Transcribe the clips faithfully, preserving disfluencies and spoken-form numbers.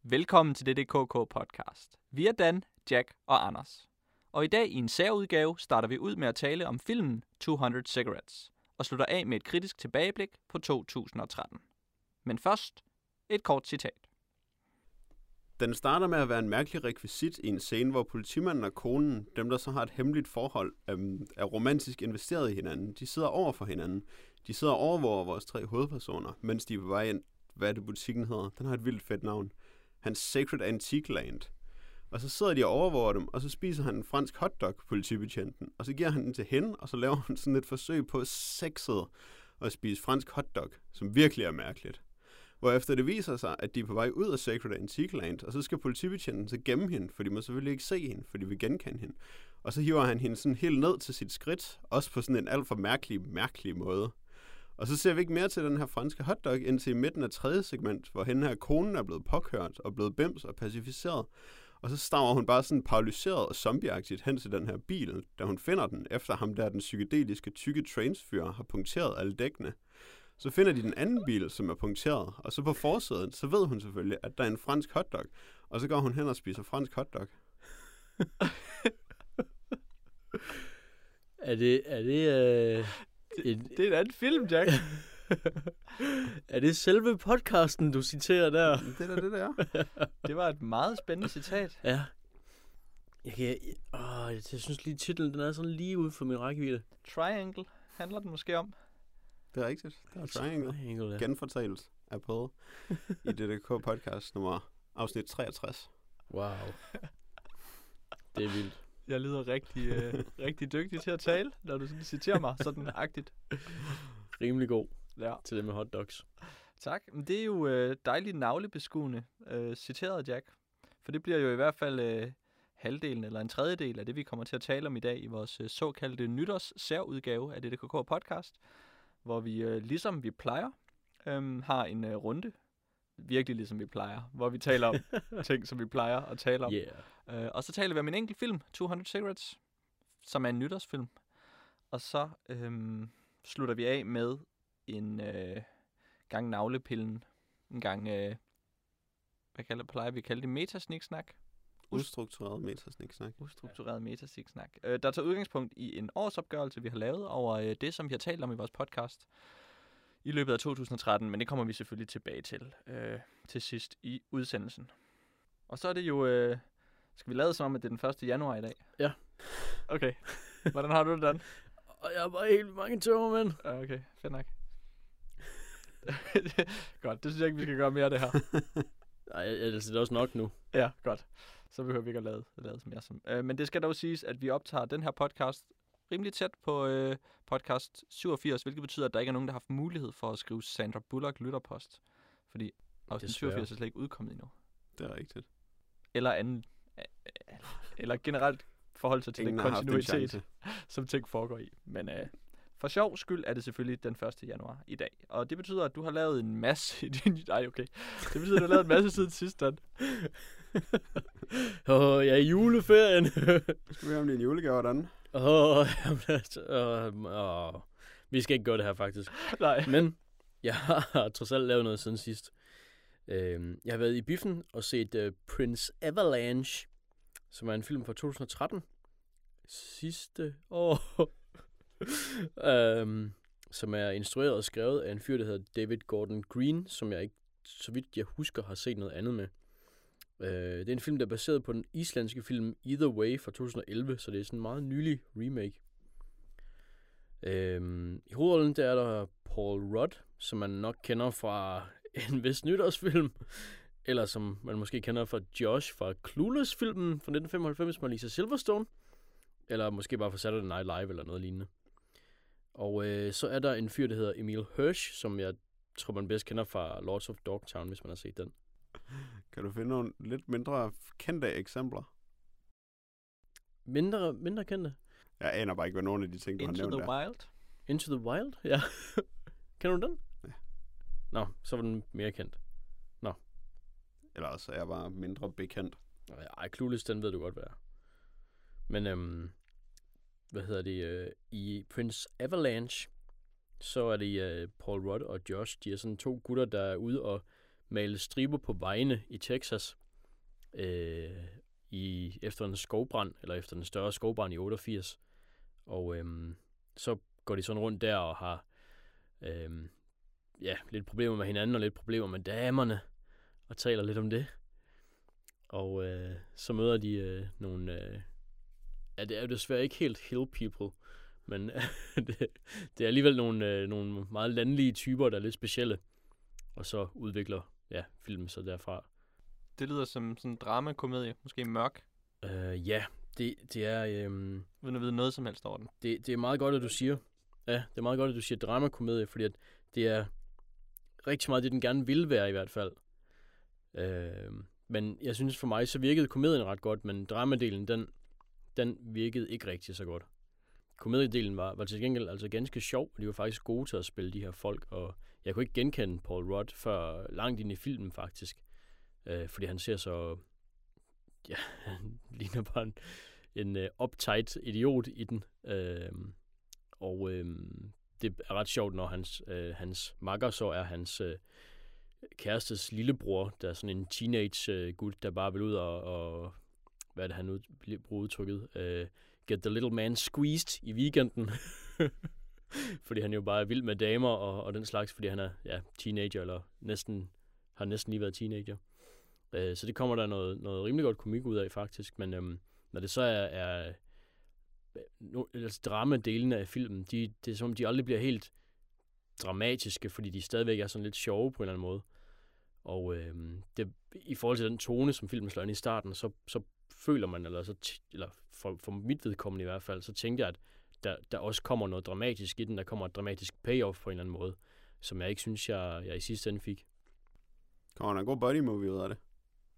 Velkommen til D D K K podcast. Vi er Dan, Jack og Anders. Og i dag i en særudgave starter vi ud med at tale om filmen to hundred Cigarettes og slutter af med et kritisk tilbageblik på to tusind og tretten. Men først et kort citat. Den starter med at være en mærkelig rekvisit i en scene, hvor politimanden og konen, dem der så har et hemmeligt forhold, øhm, er romantisk investeret i hinanden. De sidder over for hinanden. De sidder og overvåger vores tre hovedpersoner, mens de er på vej ind. Hvad er det butikken hedder? Den har et vildt fedt navn. Hans Sacred Antique Land. Og så sidder de og overvåger dem, og så spiser han en fransk hotdog, politibetjenten. Og så giver han den til hende, og så laver han sådan et forsøg på sexet at spise fransk hotdog, som virkelig er mærkeligt. Hvorefter det viser sig, at de er på vej ud af Sacred Antique Land, og så skal politibetjenten så gemme hende, for de må selvfølgelig ikke se hende, for de vil genkende hende. Og så hiver han hende sådan helt ned til sit skridt, også på sådan en alt for mærkelig, mærkelig måde. Og så ser vi ikke mere til den her franske hotdog, indtil i midten af tredje segment, hvor hende her konen er blevet påkørt og blevet bims og pacificeret. Og så staver hun bare sådan paralyseret og zombieagtigt hen til den her bil, da hun finder den, efter ham der den psykedeliske tykke trainsfyr har punkteret alle dækkene. Så finder de den anden bil, som er punkteret, og så på forsiden, så ved hun selvfølgelig, at der er en fransk hotdog, og så går hun hen og spiser fransk hotdog. er det... Er det, øh, det, det er en anden film, Jack. er det selve podcasten, du citerer der? Det er da det, der er. Det var et meget spændende citat. Ja. Jeg, kan, åh, jeg synes lige, titlen den er sådan lige ude for min rækkevidde. Triangle handler den måske om. Det er rigtigt. Det er Triangle. Triangle ja. Genfortalt er på i D D K podcast nummer afsnit treogtres. Wow. Det er vildt. Jeg lyder rigtig, øh, rigtig dygtig til at tale, når du sådan citerer mig sådan agtigt. Rimelig god ja. til det med hotdogs. Tak. Men det er jo øh, dejligt navlebeskuende øh, citeret, Jack. For det bliver jo i hvert fald øh, halvdelen eller en tredjedel af det, vi kommer til at tale om i dag i vores øh, såkaldte nytårs særudgave af D D K K podcast, hvor vi, øh, ligesom vi plejer, øh, har en øh, runde. Virkelig ligesom vi plejer, hvor vi taler om ting, som vi plejer at tale om. Yeah. Uh, og så taler vi om en enkelt film, to hundred Cigarettes, som er en nytårsfilm. Og så øhm, slutter vi af med en øh, gang navlepillen, en gang, øh, hvad kalder, plejer vi at kalde det, metasniksnak? Ustruktureret metasniksnak. Ustruktureret metasniksnak. Uh, der tager udgangspunkt i en årsopgørelse, vi har lavet over uh, det, som vi har talt om i vores podcast i løbet af to tusind og tretten, men det kommer vi selvfølgelig tilbage til øh, til sidst i udsendelsen. Og så er det jo, øh, skal vi lade som om, at det er den første januar i dag? Ja. Okay. Hvordan har du det, Dan? Og jeg har bare helt mange tømmer, mand. Okay, fedt nok. Godt, det synes jeg ikke, vi skal gøre mere af det her. Nej, altså det er også nok nu. Ja, godt. Så behøver vi ikke at lade, lade som jeg som. Øh, men det skal dog siges, at vi optager den her podcast rimelig tæt på øh, podcast syvogfirs, hvilket betyder, at der ikke er nogen, der har haft mulighed for at skrive Sandra Bullock lytterpost. Fordi afsnit syvogfirs er slet ikke udkommet endnu. Det er rigtigt. Eller anden, eller generelt forhold sig til Ingen den kontinuitet, som ting foregår i. Men øh, for sjov skyld er det selvfølgelig den første januar i dag. Og det betyder, at du har lavet en masse i din... Ej, okay. Det betyder, at du har lavet en masse siden sidst, Dan. Åh, oh, jeg er i juleferien. Skal vi have om din julegave, hvordan? Åh, oh, oh, oh. Vi skal ikke gøre det her, faktisk. Nej. Men jeg har trods alt lavet noget siden sidst. Uh, jeg har været i biffen og set uh, Prince Avalanche, som er en film fra to tusind og tretten. Sidste år. um, som er instrueret og skrevet af en fyr, der hedder David Gordon Green, som jeg ikke, så vidt jeg husker, har set noget andet med. Uh, det er en film, der er baseret på den islandske film Either Way fra to tusind og elleve, så det er sådan en meget nylig remake. Uh, I hovedrollen der er der Paul Rudd, som man nok kender fra en vis nytårsfilm, eller som man måske kender fra Josh fra Clueless-filmen fra nitten femoghalvfems med Lisa Silverstone, eller måske bare fra Saturday Night Live eller noget lignende. Og øh, så er der en fyr, der hedder Emil Hirsch, som jeg tror, man bedst kender fra Lords of Dogtown, hvis man har set den. Kan du finde nogle lidt mindre kendte eksempler? Mindre, mindre kendte? Jeg aner bare ikke, hvad nogle af de ting, du Into har nævnt the der. Wild? Into the Wild? Ja. Kender du den? Ja. Nå, så var den mere kendt. Nå. Eller også er jeg bare mindre bekendt. Ej, Clueless, den ved du godt, hvad er. Men, øhm, hvad hedder det? Øh, I Prince Avalanche, så er det øh, Paul Rudd og Josh. De er sådan to gutter, der er ude og male striber på vejene i Texas øh, i, efter en skovbrand, eller efter en større skovbrand i otteogfirs. Og øh, så går de sådan rundt der og har øh, ja, lidt problemer med hinanden og lidt problemer med damerne, og taler lidt om det. Og øh, så møder de øh, nogle... Øh, ja, det er jo desværre ikke helt hill people, men det, det er alligevel nogle, øh, nogle meget landlige typer, der er lidt specielle. Og så udvikler ja, filmen sig derfra. Det lyder som sådan en dramakomedie, måske mørk, Øh, ja, det, det er... Øh, uden at vide noget som helst over den. det, det er meget godt, at du siger... Ja, det er meget godt, at du siger dramakomedie, fordi at det er rigtig meget det, den gerne vil være i hvert fald. Øh, men jeg synes for mig, så virkede komedien ret godt, men dramadelen, den, den virkede ikke rigtig så godt. Komediedelen var, var til gengæld altså ganske sjov, og de var faktisk gode til at spille de her folk, og jeg kunne ikke genkende Paul Rudd før langt ind i filmen faktisk, øh, fordi han ser så, ja, han ligner bare en, en uh, uptight idiot i den, øh, og øh, det er ret sjovt, når hans, øh, hans makker så er hans øh, kærestes lillebror, der er sådan en teenage-gut, der bare vil ud og, og hvad er det, han ud, bruger udtrykket, øh, get the little man squeezed i weekenden. Fordi han jo bare er vild med damer og, og den slags, fordi han er ja, teenager, eller næsten har næsten lige været teenager. Øh, så det kommer der noget, noget rimelig godt komik ud af, faktisk. Men øhm, når det så er, er no, altså dramadelene af filmen, de, det er som om, de aldrig bliver helt dramatiske, fordi de stadigvæk er sådan lidt sjove på en eller anden måde. Og øhm, det, i forhold til den tone, som filmen slår ind i starten, så, så føler man, eller, så t- eller for, for mit vedkommende i hvert fald, så tænkte jeg, at der, der også kommer noget dramatisk i den. Der kommer et dramatisk payoff på en eller anden måde, som jeg ikke synes, jeg, jeg i sidste ende fik. Kommer der en god buddy movie ud af det?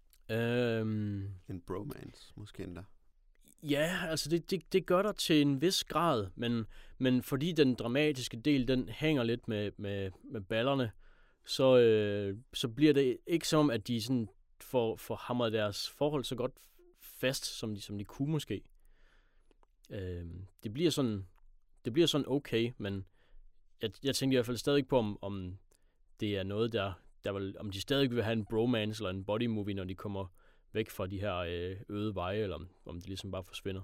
Øhm, En bromance, måske endda. ja, altså det, det, det gør der til en vis grad, men, men fordi den dramatiske del, den hænger lidt med, med, med ballerne, så, øh, så bliver det ikke som, at de sådan får, får hamret deres forhold så godt fast, som de, som de kunne måske. Øh, det bliver sådan, det bliver sådan okay, men jeg, jeg tænker i hvert fald stadig på, om, om det er noget, der, der vil, om de stadig vil have en bromance eller en body movie, når de kommer væk fra de her øh, øde veje, eller om, om de ligesom bare forsvinder.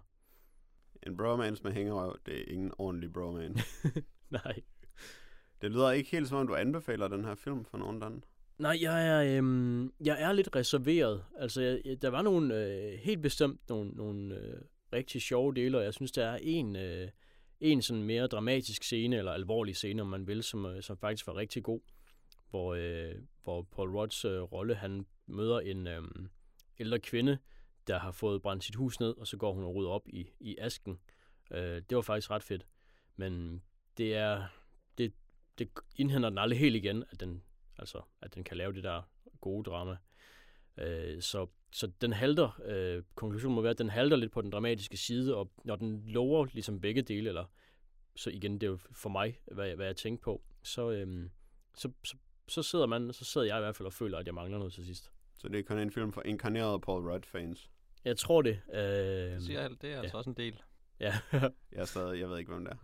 En bromance med hængerøv, det er ingen ordentlig bromance. Nej. Det lyder ikke helt som om, du anbefaler den her film for nogen anden. Nej, jeg er, øhm, jeg er lidt reserveret. Altså, jeg, der var nogle, øh, helt bestemt nogle, nogle øh, rigtig sjove dele, og jeg synes, der er en, øh, en sådan mere dramatisk scene, eller alvorlig scene, om man vil, som, øh, som faktisk var rigtig god, hvor, øh, hvor Paul Rudds øh, rolle, han møder en øh, ældre kvinde, der har fået brændt sit hus ned, og så går hun og rydder op i, i asken. Øh, det var faktisk ret fedt. Men det er, det, det indhenter den aldrig helt igen, at den, altså, at den kan lave det der gode drama. Øh, så, så den halter, øh, konklusionen må være, at den halter lidt på den dramatiske side, og når den lover ligesom begge dele, eller så igen, det er jo for mig, hvad, hvad jeg tænker på, så, øh, så, så, så sidder man, så sidder jeg i hvert fald og føler, at jeg mangler noget til sidst. Så det er kun en film for inkarnerede Paul Rudd-fans. Jeg tror det. Øh, Det siger jeg, det er altså ja. også en del. Ja. Jeg er stadig, jeg ved ikke, hvem det er.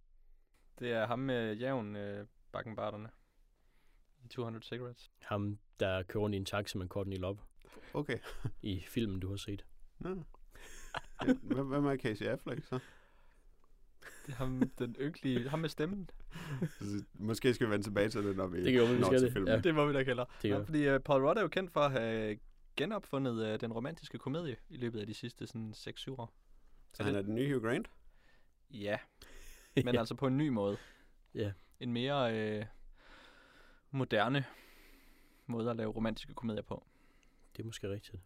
Det er ham med jævn øh, bakkenbarterne. to hundrede Cigarettes. Ham, der kører rundt i en taxa med Courtney Love Okay. i filmen, du har set. Nå. Ja, hvem hvem er Casey Affleck så? Det er ham, den ynkelige, ham med stemmen. Måske skal vi vende tilbage til det, når vi Det kan jo, vi når skal til det. filmen. Ja. Det må vi da kalde. Det Ja, gør. fordi uh, Paul Rudd er jo kendt for at have genopfundet uh, den romantiske komedie i løbet af de sidste sådan seks syv år. Så han er den nye Hugh Grant? Ja, men Ja. altså på en ny måde. Ja. En mere øh, moderne måde at lave romantiske komedier på. Det er måske rigtigt.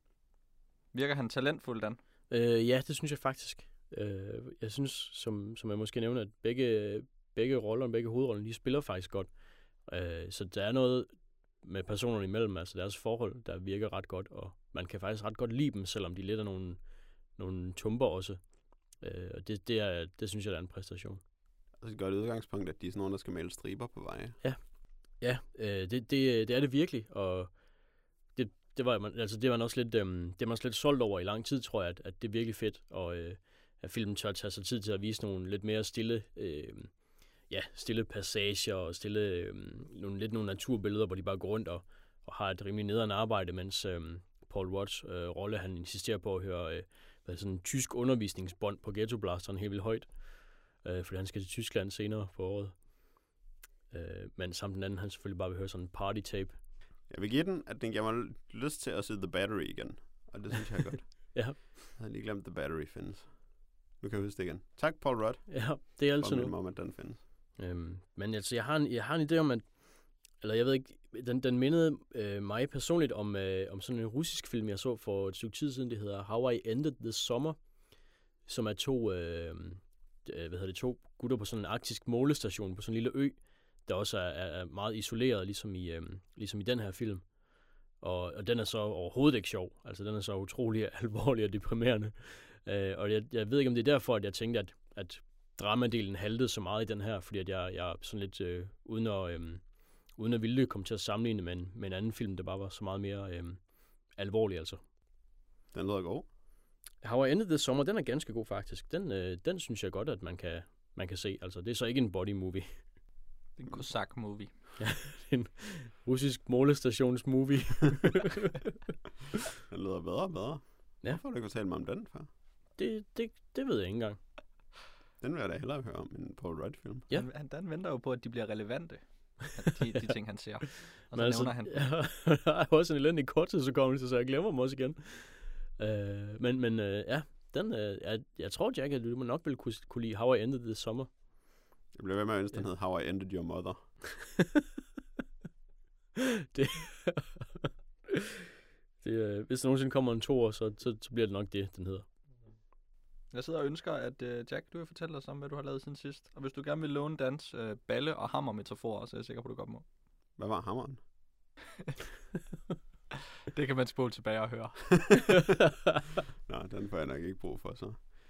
Virker han talentfuld, Dan? Øh, ja, det synes jeg faktisk. Øh, jeg synes, som, som jeg måske nævner, at begge, begge roller, begge hovedroller, de spiller faktisk godt. Øh, så der er noget med personerne imellem, altså deres forhold, der virker ret godt, og man kan faktisk ret godt lide dem, selvom de lidt er nogle, nogle tumper også. Øh, og det, det, er, det synes jeg, der er en præstation. Og så gør det udgangspunkt, at de er sådan nogen, der skal male striber på veje. Ja, øh, det, det, det er det virkelig, og det, det var man, altså det var man også lidt, øhm, det var man også lidt solgt over i lang tid, tror jeg, at, at det er virkelig fedt, og øh, at filmen tør tage sig tid til at vise nogle lidt mere stille, øh, ja, stille passager og stille øh, nogle lidt nogle naturbilleder, hvor de bare går rundt og, og har et rimelig nederen arbejde, mens øh, Paul Rudds øh, rolle, han insisterer på at høre øh, hvad, sådan en tysk undervisningsbånd på Ghetto Blasteren helt vildt højt, øh, fordi han skal til Tyskland senere på året. Øh, men samt den anden, han selvfølgelig bare vil høre sådan en party tape. Jeg vil give den, at den giver mig lyst til at se The Battery igen. Og det synes jeg er godt. Ja. Jeg havde lige glemt, The Battery findes. Nu kan jeg huske det igen. Tak, Paul Rudd. Ja, det er altid nu. nu. Om, at den findes. Øhm, men altså, jeg har, en, jeg har en idé om, at eller jeg ved ikke, den, den mindede øh, mig personligt om, øh, om sådan en russisk film, jeg så for et stykke tid siden, det hedder How I Ended This Summer, som er to, øh, hvad hedder det, to gutter på sådan en arktisk målestation på sådan en lille ø, der også er, er meget isoleret, ligesom i, øh, ligesom i den her film. Og, og den er så overhovedet ikke sjov. Altså, den er så utrolig alvorlig og deprimerende. Øh, og jeg, jeg ved ikke, om det er derfor, at jeg tænkte, at, at dramadelen haltede så meget i den her, fordi at jeg, jeg sådan lidt, øh, uden at, øh, uden at ville komme til at sammenligne med en, med en anden film, der bare var så meget mere øh, alvorlig, altså. Den lyder god. How I Ended This Summer, den er ganske god, faktisk. Den, øh, den synes jeg godt, at man kan, man kan se. Altså, det er så ikke en body movie. Det er en kosak-movie. Ja, en russisk målestations-movie. Den lyder bedre og bedre. Ja. Hvorfor har du ikke fortalt mig om den før? Det, det, det ved jeg ikke engang. Den vil jeg da hellere høre om end en Paul Rudd-film. Ja. Han, han, han venter jo på, at de bliver relevante. At de, de ting, han ser. Og så Men altså, nævner han. Jeg har også en elendig korttidsudkommelse, så jeg glemmer dem også igen. Uh, men men uh, ja, den, uh, jeg, jeg tror, Jack, at du nok ville kunne, kunne lide How I Ended This Summer. Jeg bliver ved med at ønske, Ja. den hed How I Ended Your Mother. det, det, uh, hvis der nogensinde kommer en toer, så, så, så bliver det nok det, den hedder. Jeg sidder og ønsker, at uh, Jack, du vil fortælle os om, hvad du har lavet siden sidst. Og hvis du gerne vil låne dans, uh, balle- og hammer-metaforer, så er jeg sikker på, at du godt må. Hvad var hammeren? Det kan man spole tilbage og høre. Nej, den får jeg nok ikke brug for, så.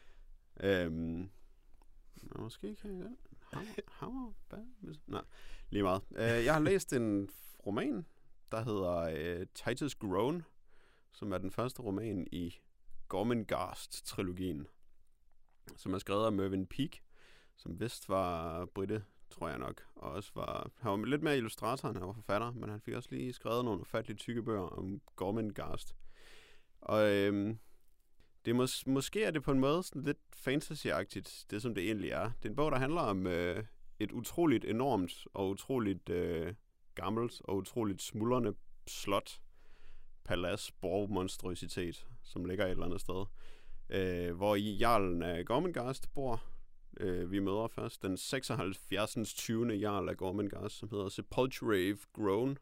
Øhm, måske kan jeg det. Hammer, hammer, balle, nej, lige meget. Uh, jeg har læst en roman, der hedder uh, Titus Groan, som er den første roman i Gormenghast-trilogien, som er skrevet af Mervyn Peake, som vist var britte, tror jeg nok, og også var, han var lidt mere illustrator, end han var forfatter, men han fik også lige skrevet nogle ufatteligt tykke bøger om Gormenghast. Og øhm, det er mås- måske er det på en måde sådan lidt fantasy-agtigt, det som det egentlig er. Det er en bog, der handler om øh, et utroligt enormt og utroligt øh, gammelt og utroligt smuldrende slot, palads, borgmonstrøsitet, som ligger et eller andet sted, øh, hvor i jarlen af Gormenghast bor. Øh, vi møder først den seksoghalvfjerds tyvende jarl af Gormenghast, som hedder Sepulchrave Groan.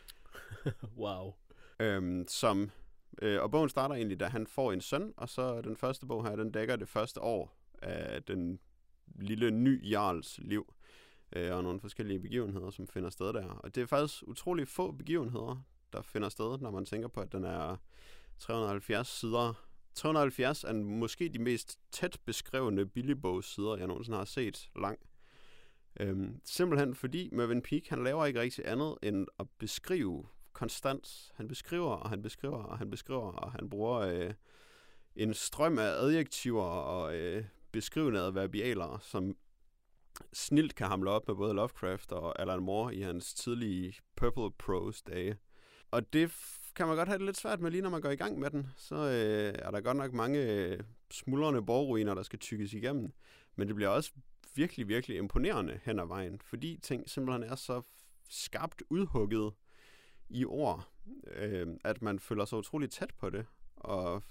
Wow. Øhm, som, øh, og bogen starter egentlig, da han får en søn, og så den første bog her, den dækker det første år af den lille ny jarls liv, øh, og nogle forskellige begivenheder, som finder sted der. Og det er faktisk utrolig få begivenheder, der finder sted, når man tænker på, at den er tre hundrede og halvfjerds sider. tre hundrede og halvfjerds er måske de mest tæt beskrevne billigbogs-sider, jeg nogensinde har set lang. Øhm, simpelthen fordi Mervyn Peake, han laver ikke rigtig andet end at beskrive konstant. Han beskriver, og han beskriver, og han beskriver, og han bruger øh, en strøm af adjektiver og øh, beskrivende adverbialer, som snilt kan hamle op med både Lovecraft og Alan Moore i hans tidlige purple prose dage. Og det f- kan man godt have det lidt svært med, lige når man går i gang med den. Så øh, er der godt nok mange øh, smuldrende borgruiner, der skal tykkes igennem. Men det bliver også virkelig, virkelig imponerende hen ad vejen, fordi ting simpelthen er så skarpt udhugget i ord, øh, at man føler sig utroligt tæt på det. Og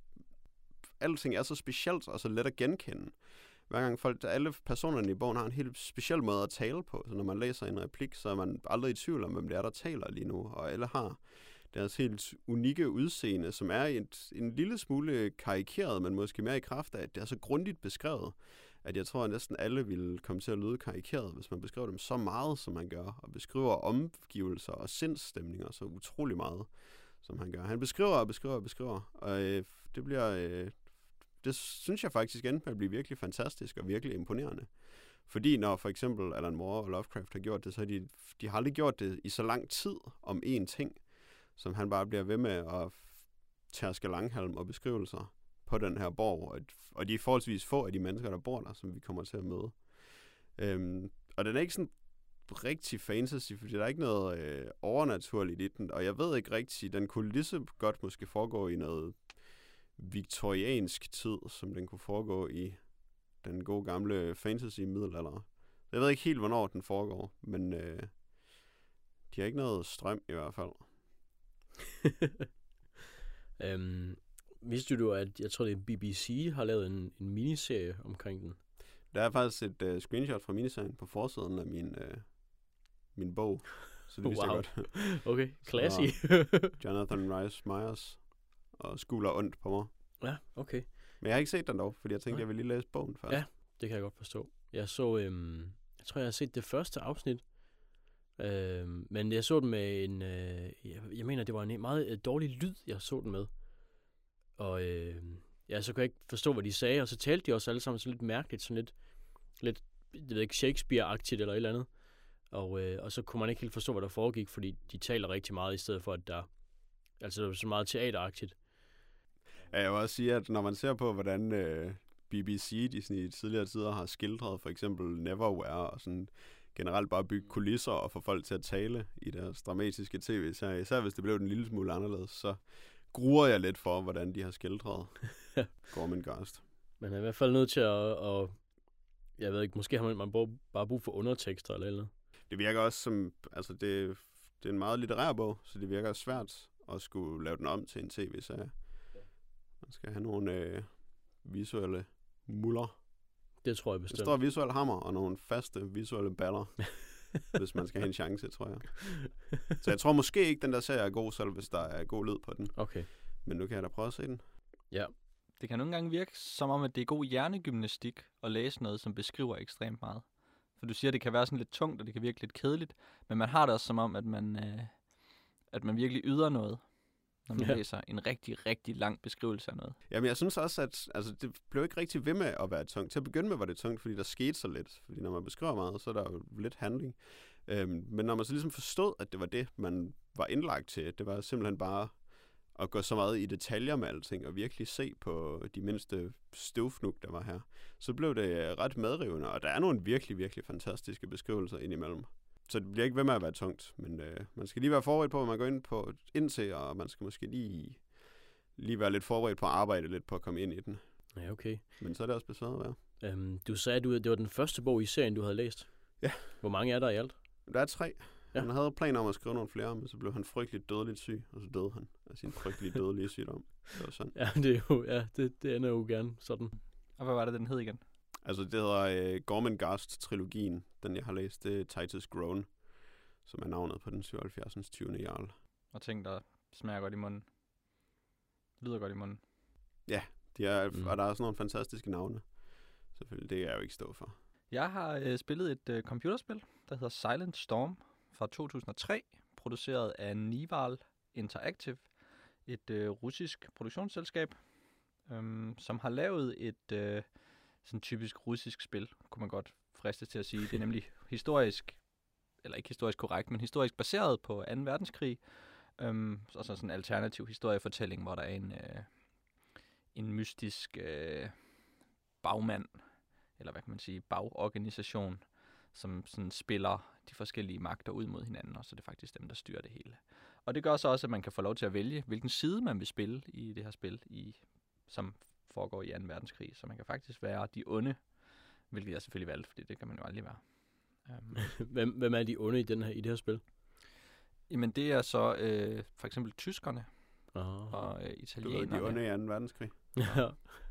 alting er så specielt og så let at genkende. Hver gang folk, alle personerne i bogen har en helt speciel måde at tale på. Så når man læser en replik, så er man aldrig i tvivl om, hvem det er, der taler lige nu. Og alle har deres helt unikke udseende, som er et, en lille smule karikeret, men måske mere i kraft af, at det er så grundigt beskrevet, at jeg tror, at næsten alle ville komme til at lyde karikeret, hvis man beskriver dem så meget, som man gør, og beskriver omgivelser og sindsstemninger så utrolig meget, som han gør. Han beskriver og beskriver og beskriver, og øh, det bliver... Øh, det synes jeg faktisk endte med at blive virkelig fantastisk og virkelig imponerende. Fordi når for eksempel Alan Moore og Lovecraft har gjort det, så har de, de har aldrig gjort det i så lang tid om én ting, som han bare bliver ved med at tærske langhalm og beskrivelser på den her borg. Og, og de er forholdsvis få af de mennesker, der bor der, som vi kommer til at møde. Øhm, og den er ikke sådan rigtig fantasy, fordi der er ikke noget øh, overnaturligt i den, og jeg ved ikke rigtig, den kunne lige så godt måske foregå i noget viktoriansk tid, som den kunne foregå i den gode gamle fantasy-middelalder. Jeg ved ikke helt, hvornår den foregår, men øh, de har ikke noget strøm i hvert fald. øhm, vidste du, at jeg tror, det er B B C har lavet en, en miniserie omkring den? Der er faktisk et øh, screenshot fra miniserien på forsiden af min, øh, min bog, så det vidste Wow. jeg godt. Okay, classy. Jonathan Rhys Meyers og skuler ondt på mig. Ja, okay. Men jeg har ikke set den dog, fordi jeg tænkte, Nej. jeg ville lige læse bogen først. Ja. Det kan jeg godt forstå. Jeg så, øhm, jeg tror, jeg har set det første afsnit. Øhm, men jeg så den med en, øh, jeg, jeg mener, det var en meget øh, dårlig lyd, jeg så den med. Og øh, ja, så kunne jeg ikke forstå, hvad de sagde, og så talte de også alle sammen sådan lidt mærkeligt, sådan lidt, lidt jeg ved ikke, Shakespeare-agtigt eller et eller andet. Og, øh, og så kunne man ikke helt forstå, hvad der foregik, fordi de taler rigtig meget, i stedet for, at der, altså, det var så meget teateragtigt. Ja, jeg vil også sige, at når man ser på, hvordan øh, B B C de sådan i tidligere tider har skildret for eksempel Neverwhere og sådan generelt bare bygge kulisser og få folk til at tale i deres dramatiske tv-serie, især hvis det blev en lille smule anderledes, så gruer jeg lidt for, hvordan de har skildret Gormenghast. Man er i hvert fald nødt til at, at jeg ved ikke, måske har man, man bare brug for undertekster eller eller. Det virker også som, altså det, det er en meget litterær bog, så det virker svært at skulle lave den om til en tv-serie. Man skal have nogle øh, visuelle muller. Det tror jeg En bestemt. stor visuel hammer og nogle faste visuelle baller, hvis man skal have en chance, tror jeg. Så jeg tror måske ikke, den der serie er god selv, hvis der er god lyd på den. Okay. Men nu kan jeg da prøve at se den. Ja. Det kan nogle gange virke som om, at det er god hjernegymnastik at læse noget, som beskriver ekstremt meget. For du siger, at det kan være sådan lidt tungt, og det kan virke lidt kedeligt, men man har det også som om, at man, øh, at man virkelig yder noget, når man Ja. ja. læser en rigtig, rigtig lang beskrivelse af noget. Jamen, jeg synes også, at altså, det blev ikke rigtig ved med at være tungt. Til at begynde med var det tungt, fordi der skete så lidt. Fordi når man beskriver meget, så er der jo lidt handling. Øhm, men når man så ligesom forstod, at det var det, man var indlagt til, det var simpelthen bare at gå så meget i detaljer med alting, og virkelig se på de mindste støvfnug, der var her, så blev det ret medrivende, og der er nogle virkelig, virkelig fantastiske beskrivelser indimellem. Så det bliver ikke ved med at være tungt, men øh, man skal lige være forberedt på, hvad man går ind på indtil, og man skal måske lige, lige være lidt forberedt på at arbejde lidt på at komme ind i den. Ja, okay. Men så er det også besværet at være. Øhm, du sagde, at du, det var den første bog i serien, du havde læst. Ja. Hvor mange er der i alt? Der er tre. Ja. Ja. Han havde planer om at skrive nogle flere, men så blev han frygteligt dødeligt syg, og så døde han af sin frygteligt dødelige sygdom. Det var sådan. Ja, det er jo, ja, det, det ender jo gerne sådan. Og hvad var det, den hed igen? Altså, det hedder øh, Gormenghast-trilogien, den jeg har læst, det er Titus Groan, som er navnet på den syvoghalvfjerdsende tyvende jarl. Og ting, der smager godt i munden. Lyder godt i munden. De er, Mm. mm. Og der er også nogle fantastiske navne. Selvfølgelig, det er jeg jo ikke stå for. Jeg har øh, spillet et øh, computerspil, der hedder Silent Storm fra to tusind og tre, produceret af Nival Interactive, et øh, russisk produktionsselskab, øhm, som har lavet et øh, sådan typisk russisk spil, kunne man godt fristes til at sige. Det er nemlig historisk, eller ikke historisk korrekt, men historisk baseret på anden verdenskrig, øhm, og så sådan en alternativ historiefortælling, hvor der er en, øh, en mystisk øh, bagmand, eller hvad kan man sige, bagorganisation, som sådan spiller de forskellige magter ud mod hinanden, og så er det faktisk dem, der styrer det hele. Og det gør så også, at man kan få lov til at vælge, hvilken side man vil spille i det her spil, i, som foregår i anden verdenskrig. Så man kan faktisk være de onde, hvilket jeg selvfølgelig valgte, fordi det kan man jo aldrig være. Um, hvem, hvem er de onde i, den her, i det her spil? jamen det er så øh, for eksempel tyskerne Oh. og øh, Du ved, italienerne de onde i anden verdenskrig. Ja.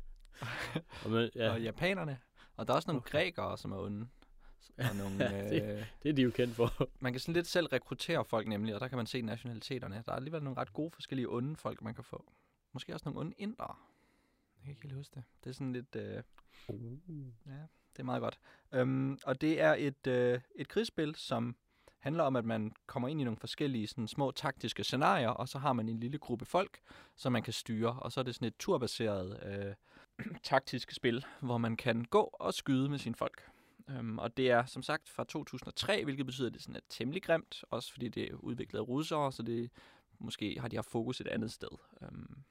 Og man, ja. og japanerne. Og der er også nogle Okay. grækere, som er onde. Og nogle, Ja, det- øh, Det er de jo kendt for. man kan sådan lidt selv rekruttere folk nemlig, og der kan man se nationaliteterne. Der er alligevel nogle ret gode forskellige onde folk, man kan få. Måske også nogle onde indere. Jeg kan ikke helt huske det. Det er sådan lidt... Øh, ja, det er meget godt. Øhm, og det er et, øh, et krigsspil, som handler om, at man kommer ind i nogle forskellige sådan, små taktiske scenarier, og så har man en lille gruppe folk, som man kan styre. Og så er det sådan et turbaseret øh, taktisk spil, hvor man kan gå og skyde med sine folk. Um, og det er som sagt fra to tusind og tre, hvilket betyder, at det sådan er temmelig grimt, også fordi det er udviklet af russere, så det måske har de haft fokus et andet sted. Um,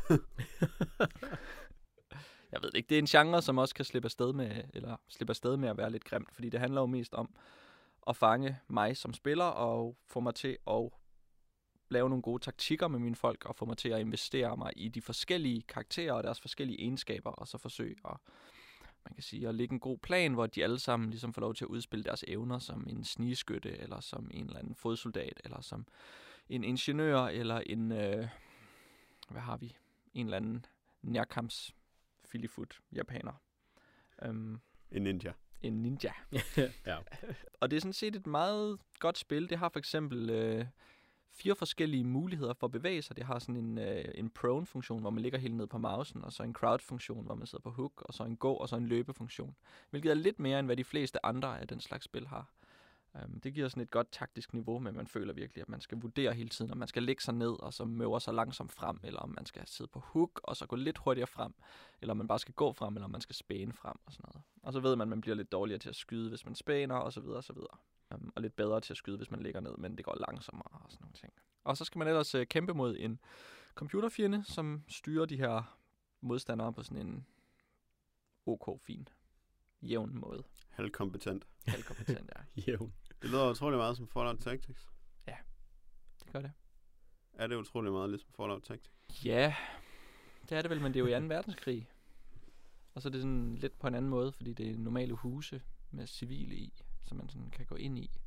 jeg ved ikke, det er en genre, som også kan slippe afsted med, eller slippe afsted med at være lidt grimt, fordi det handler jo mest om at fange mig som spiller og få mig til at lave nogle gode taktikker med mine folk og få mig til at investere mig i de forskellige karakterer og deres forskellige egenskaber, og så forsøge at, man kan sige, at lægge en god plan, hvor de alle sammen ligesom får lov til at udspille deres evner som en snigeskytte, eller som en eller anden fodsoldat, eller som en ingeniør, eller en, øh, hvad har vi, en eller anden nærkamps filifut japaner. Um, En ninja. En ninja. Ja. Og det er sådan set et meget godt spil. Det har for eksempel øh, fire forskellige muligheder for at bevæge sig. Det har sådan en, øh, en prone-funktion, hvor man ligger helt ned på mausen, og så en crowd-funktion, hvor man sidder på hook, og så en gå, og så en løbe-funktion. Hvilket er lidt mere, end hvad de fleste andre af den slags spil har. Um, det giver sådan et godt taktisk niveau, men man føler virkelig, at man skal vurdere hele tiden, om man skal lægge sig ned, og så møver sig langsomt frem, eller om man skal sidde på hook, og så gå lidt hurtigere frem, eller om man bare skal gå frem, eller om man skal spæne frem, og sådan noget. Og så ved man, at man bliver lidt dårligere til at skyde, hvis man spæner, og så videre, og så videre. Um, og lidt bedre til at skyde, hvis man ligger ned, men det går langsommere, og sådan nogle ting. Og så skal man ellers uh, kæmpe mod en computerfjende, som styrer de her modstandere på sådan en ok-fin, jævn måde. Halvkompetent. Halvkompetent, ja. Jævn. Det lyder utrolig meget som Fallout Tactics. Det gør det. Er det utrolig meget ligesom Fallout Tactics? Ja, det er det vel, men det er jo i anden verdenskrig. Og så er det sådan lidt på en anden måde, fordi det er normale huse med civile i, som man sådan kan gå ind i.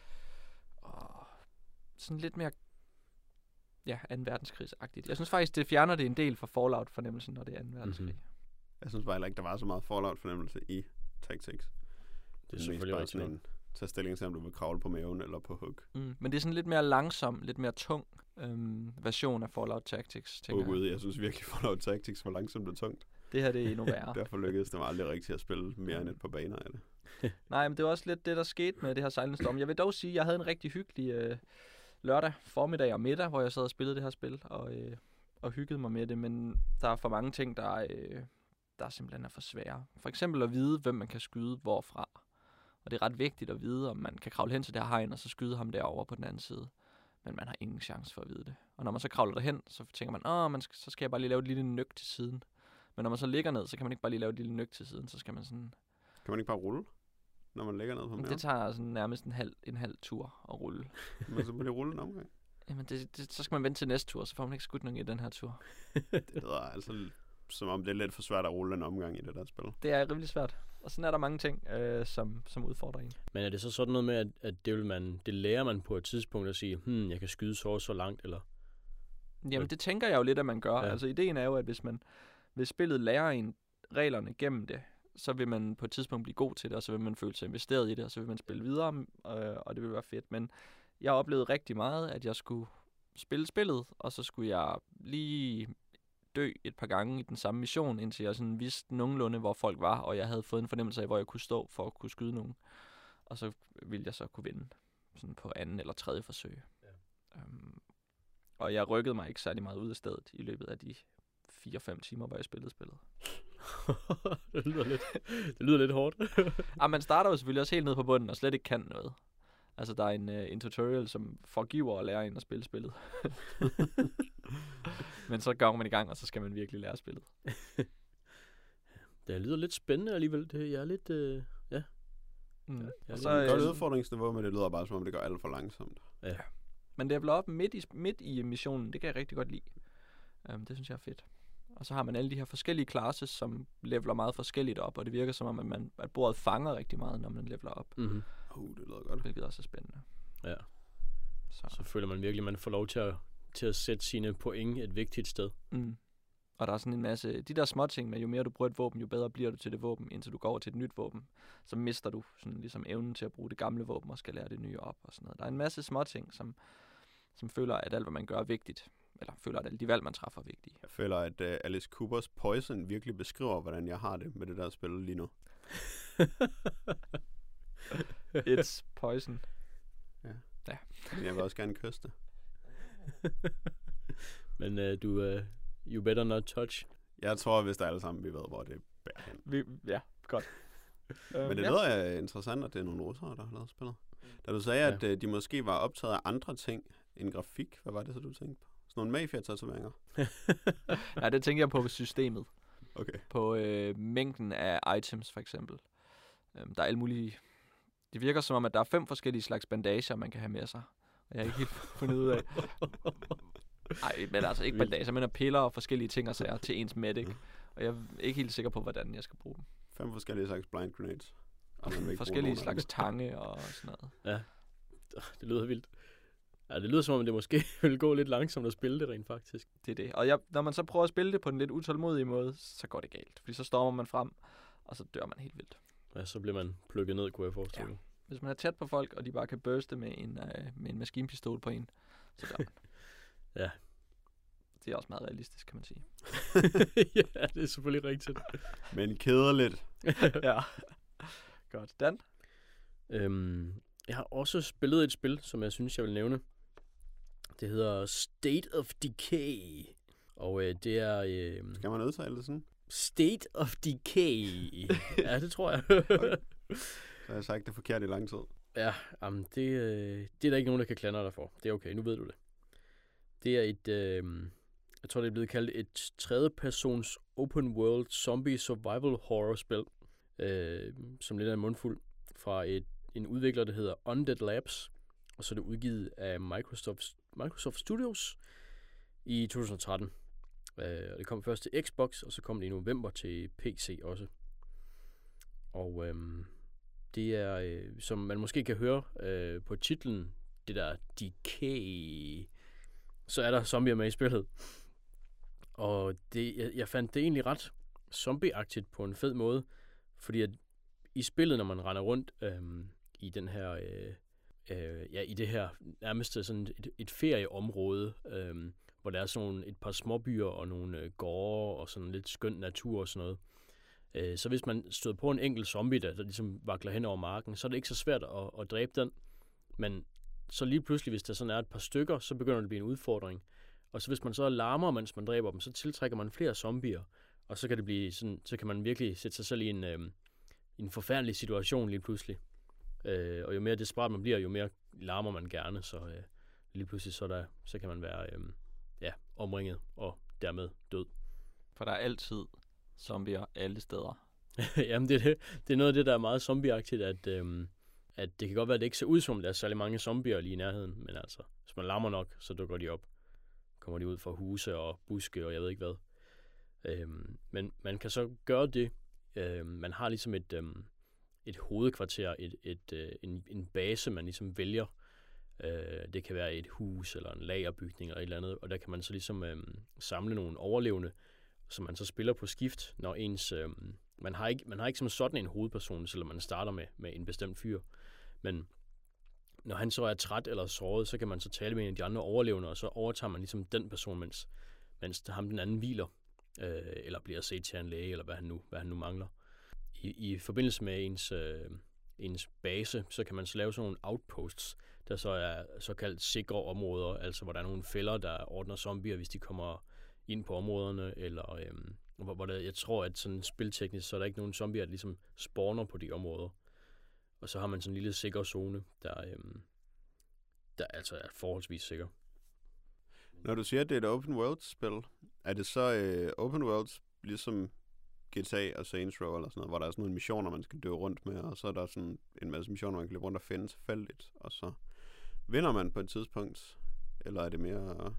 Og sådan lidt mere, ja, anden verdenskrigsagtigt. Jeg synes faktisk, det fjerner det en del fra Fallout-fornemmelsen, når det er anden verdenskrig. Mhm. Jeg synes bare heller ikke, der var så meget Fallout-fornemmelse i Tactics. Det er selvfølgelig bare rigtigt. sådan en tage stilling til, om du vil kravle på maven eller på hook. Mm, men det er sådan lidt mere langsom, lidt mere tung øhm, version af Fallout Tactics, tænker Åh gud, jeg. jeg synes virkelig, Fallout Tactics var langsomt og tungt. Det her det er endnu værre. Derfor lykkedes det mig aldrig rigtigt at spille mere end et par baner af det. Nej, men det var også lidt det, der skete med det her Silent Storm. Jeg vil dog sige, at jeg havde en rigtig hyggelig øh, lørdag formiddag og middag, hvor jeg sad og spillede det her spil, og, øh, og hyggede mig med det, men der er for mange ting, der, øh, der simpelthen er for svære. For eksempel at vide, hvem man kan skyde hvorfra. Og det er ret vigtigt at vide, om man kan kravle hen til det her hegn, og så skyde ham derovre på den anden side. Men man har ingen chance for at vide det. Og når man så kravler derhen, så tænker man, åh, man skal, så skal jeg bare lige lave et lille nyk til siden. Men når man så ligger ned, så kan man ikke bare lige lave et lille nyk til siden, så skal man sådan... Kan man ikke bare rulle, når man ligger ned på maven? Det tager sådan nærmest en halv, en halv tur at rulle. Men så må det rulle en omgang. Jamen, det, det, så skal man vente til næste tur, så får man ikke skudt nogen i den her tur. Det lyder altså som om det er lidt for svært at rulle en omgang i det der spil. Det er rimelig svært. Og sådan er der mange ting, øh, som, som udfordrer en. Men er det så sådan noget med, at, at det, vil man, det lærer man på et tidspunkt at sige, hmm, jeg kan skyde så så langt, eller? Jamen, det tænker jeg jo lidt, at man gør. Ja. Altså, ideen er jo, at hvis man hvis spillet lærer en reglerne gennem det, så vil man på et tidspunkt blive god til det, og så vil man føle sig investeret i det, og så vil man spille videre, øh, og det vil være fedt. Men jeg oplevede rigtig meget, at jeg skulle spille spillet, og så skulle jeg lige dø et par gange i den samme mission, indtil jeg sådan vidste nogenlunde, hvor folk var, og jeg havde fået en fornemmelse af, hvor jeg kunne stå for at kunne skyde nogen. Og så ville jeg så kunne vinde sådan på anden eller tredje forsøg. Ja. Um, og jeg rykkede mig ikke særlig meget ud af stedet i løbet af de fire fem timer, hvor jeg spillede spillet. det, lyder lidt, det lyder lidt hårdt. ah, man starter jo selvfølgelig også helt ned på bunden, og slet ikke kan noget. Altså, der er en, uh, en tutorial, som forgiver at lære en at spille spillet. Men så går man i gang, og så skal man virkelig lære spillet. Det lyder lidt spændende alligevel. Det, jeg er lidt... Øh, ja. Mm. Ja, Og Så så, det er et godt øh, udfordringsniveau, men det lyder bare som om, det går alt for langsomt. Ja. men det er blevet op midt i, midt i missionen. Det kan jeg rigtig godt lide. Um, det synes jeg er fedt. Og så har man alle de her forskellige classes, som leveler meget forskelligt op, og det virker som om, at, man, at bordet fanger rigtig meget, når man leveler op. Mm-hmm. Uh, det lyder godt. Hvilket også er spændende. Ja. Så. Så føler man virkelig, at man får lov til at, til at sætte sine point et vigtigt sted. Mm. Og der er sådan en masse... De der små ting med, jo mere du bruger et våben, jo bedre bliver du til det våben, indtil du går over til et nyt våben. Så mister du sådan ligesom evnen til at bruge det gamle våben, og skal lære det nye op og sådan noget. Der er en masse små ting, som, som føler, at alt, hvad man gør, er vigtigt. Eller føler, at alle de valg, man træffer, er vigtige. Jeg føler, at uh, Alice Coopers Poison virkelig beskriver, hvordan jeg har det med det der spil lige nu. It's poison. Jeg vil også gerne kysse det. Men uh, du... Uh, you better not touch. Jeg tror, hvis der alle sammen, vi ved, hvor det bærer hen. Vi, ja, godt. Men det lyder uh, interessant, at det er nogle russere, der har lavet spillet. Da du sagde, Ja. at uh, de måske var optaget af andre ting end grafik, hvad var det så, du tænkte på? Sådan nogle mafia-tatoveringer? Nej, det tænker jeg på systemet. Okay. På øh, mængden af items, for eksempel. Øhm, der er alle mulige Det virker som om, at der er fem forskellige slags bandager, man kan have med sig. Og jeg har ikke helt fundet ud af. Nej, men altså ikke bandager, men piller og forskellige ting og sager til ens medic. Og jeg er ikke helt sikker på, hvordan jeg skal bruge dem. Fem forskellige slags blind grenades. Og forskellige slags tange og sådan noget. Ja, det lyder vildt. Ja, det lyder som om, det måske vil gå lidt langsomt at spille det rent faktisk. Det er det. Og jeg, når man så prøver at spille det på den lidt utålmodige måde, så går det galt. Fordi så stormer man frem, og så dør man helt vildt. Ja, så bliver man plukket ned, kunne jeg forestille mig. Ja. Hvis man er tæt på folk, og de bare kan burste med en, øh, med en maskinpistol på en, så dør man. Ja. Det er også meget realistisk, kan man sige. Ja, det er selvfølgelig rigtigt. Men kedeligt. Ja. Godt. Dan? Øhm, jeg har også spillet et spil, som jeg synes, jeg vil nævne. Det hedder State of Decay. Og øh, det er... Øh, Skal man udtale det sådan? State of Decay. Ja, det tror jeg. Okay. Så har jeg sagt det forkert i lang tid. Ja, jamen, det, øh, det er der ikke nogen, der kan klandre dig for. Det er okay, nu ved du det. Det er et... Øh, jeg tror, det er blevet kaldt et tredjepersons open world zombie survival horror spil. Øh, som lidt af en mundfuld fra et, en udvikler, der hedder Undead Labs. Og så er det udgivet af Microsoft, Microsoft Studios i to tusind og tretten. Øh, og det kom først til Xbox, og så kom det i november til P C også. Og øhm, det er, øh, som man måske kan høre øh, på titlen, det der Decay, så er der zombier med i spillet. Og det, jeg, jeg fandt det egentlig ret zombieagtigt på en fed måde, fordi at i spillet, når man render rundt øh, i den her, øh, øh, ja, i det her nærmest sådan et, et ferieområde, øh, hvor der er sådan et par småbyer og nogle øh, gårde og sådan lidt skøn natur og sådan noget. Øh, så hvis man støder på en enkelt zombie, der, der ligesom vakler hen over marken, så er det ikke så svært at, at dræbe den. Men så lige pludselig, hvis der sådan er et par stykker, så begynder det at blive en udfordring. Og så hvis man så larmer, mens man dræber dem, så tiltrækker man flere zombier. Og så kan det blive sådan, så kan man virkelig sætte sig selv i en, øh, en forfærdelig situation lige pludselig. Øh, og jo mere desperat man bliver, jo mere larmer man gerne, så øh, lige pludselig så, der, så kan man være øh, ja, omringet og dermed død. For der er altid zombier alle steder. Jamen, det er, det. det er noget af det, der er meget zombieagtigt, at, øhm, at det kan godt være, at det ikke ser ud som, at der er særlig mange zombier lige i nærheden, men altså, hvis man larmer nok, så dukker de op. Kommer de ud fra huse og buske og jeg ved ikke hvad. Øhm, men man kan så gøre det. Øhm, man har ligesom et, øhm, et hovedkvarter, et, et, øh, en, en base, man ligesom vælger. Øh, det kan være et hus eller en lagerbygning eller et eller andet, og der kan man så ligesom øhm, samle nogle overlevende, som man så spiller på skift, når ens... Øhm, man, har ikke, man har ikke som sådan en hovedperson, selvom man starter med, med en bestemt fyr. Men når han så er træt eller såret, så kan man så tale med en af de andre overlevende, og så overtager man ligesom den person, mens, mens ham den anden hviler, øh, eller bliver set til en læge, eller hvad han nu, hvad han nu mangler. I, i forbindelse med ens, øh, ens base, så kan man så lave sådan nogle outposts, der så er såkaldt sikre områder, altså hvor der er nogle fælder, der ordner zombier, hvis de kommer ind på områderne, eller øhm, hvor, hvor der, jeg tror, at sådan spilteknisk, så er der ikke nogen zombier, der ligesom spawner på de områder. Og så har man sådan en lille sikker zone, der, øhm, der altså er forholdsvis sikker. Når du siger, at det er et open world-spil, er det så øh, open worlds ligesom G T A og Saints Row eller sådan noget, hvor der er sådan nogle missioner, man skal dø rundt med, og så er der sådan en masse missioner, man kan løbe rundt og finde tilfældigt, og så vinder man på et tidspunkt, eller er det mere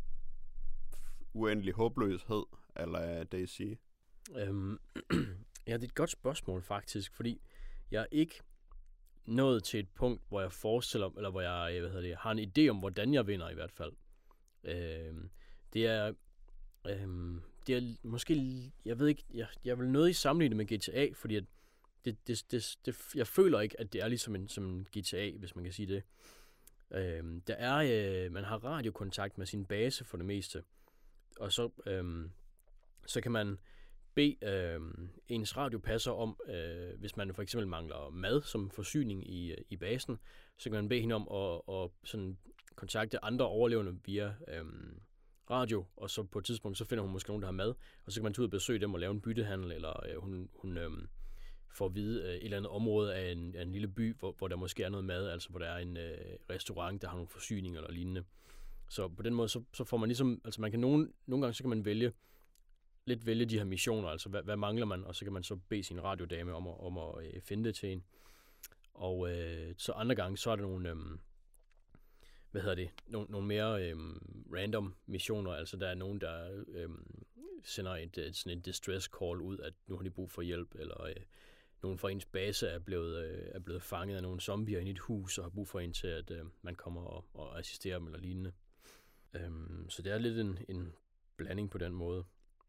uendelig håbløshed, eller DayZ? Øhm, ja, det er et godt spørgsmål faktisk, fordi jeg er ikke nået til et punkt, hvor jeg forestiller, eller hvor jeg hvad hedder det, har en idé om, hvordan jeg vinder i hvert fald. Øhm, det er, øhm, det er måske, jeg ved ikke, jeg, jeg vil nødig sammenligne det med G T A, fordi at det, det, det, det, jeg føler ikke, at det er ligesom en, som en G T A, hvis man kan sige det. Øhm, der er, øh, man har radiokontakt med sin base for det meste, og så, øhm, så kan man bede øhm, ens radiopasser om, øh, hvis man for eksempel mangler mad som forsyning i, i basen, så kan man bede hende om at, at sådan kontakte andre overlevende via øhm, radio, og så på et tidspunkt, så finder hun måske nogen, der har mad, og så kan man tage ud og besøge dem og lave en byttehandel, eller øh, hun, hun øhm, får at vide øh, et eller andet område af en, af en lille by, hvor, hvor der måske er noget mad, altså hvor der er en øh, restaurant, der har nogle forsyninger eller lignende. Så på den måde, så, så får man ligesom, altså man kan nogen, nogle gange, så kan man vælge, lidt vælge de her missioner, altså hvad, hvad mangler man, og så kan man så bede sin radiodame om at, om at øh, finde det til en. Og øh, så andre gange, så er der nogle, øhm, hvad hedder det, nogle, nogle mere øhm, random missioner. Altså der er nogen, der øhm, sender et, et, sådan et distress call ud, at nu har de brug for hjælp, eller øh, nogen fra ens base er blevet, øh, er blevet fanget af nogle zombier inde i et hus, og har brug for en til, at øh, man kommer og, og assisterer dem, eller lignende. Øhm, så det er lidt en, en blanding på den måde.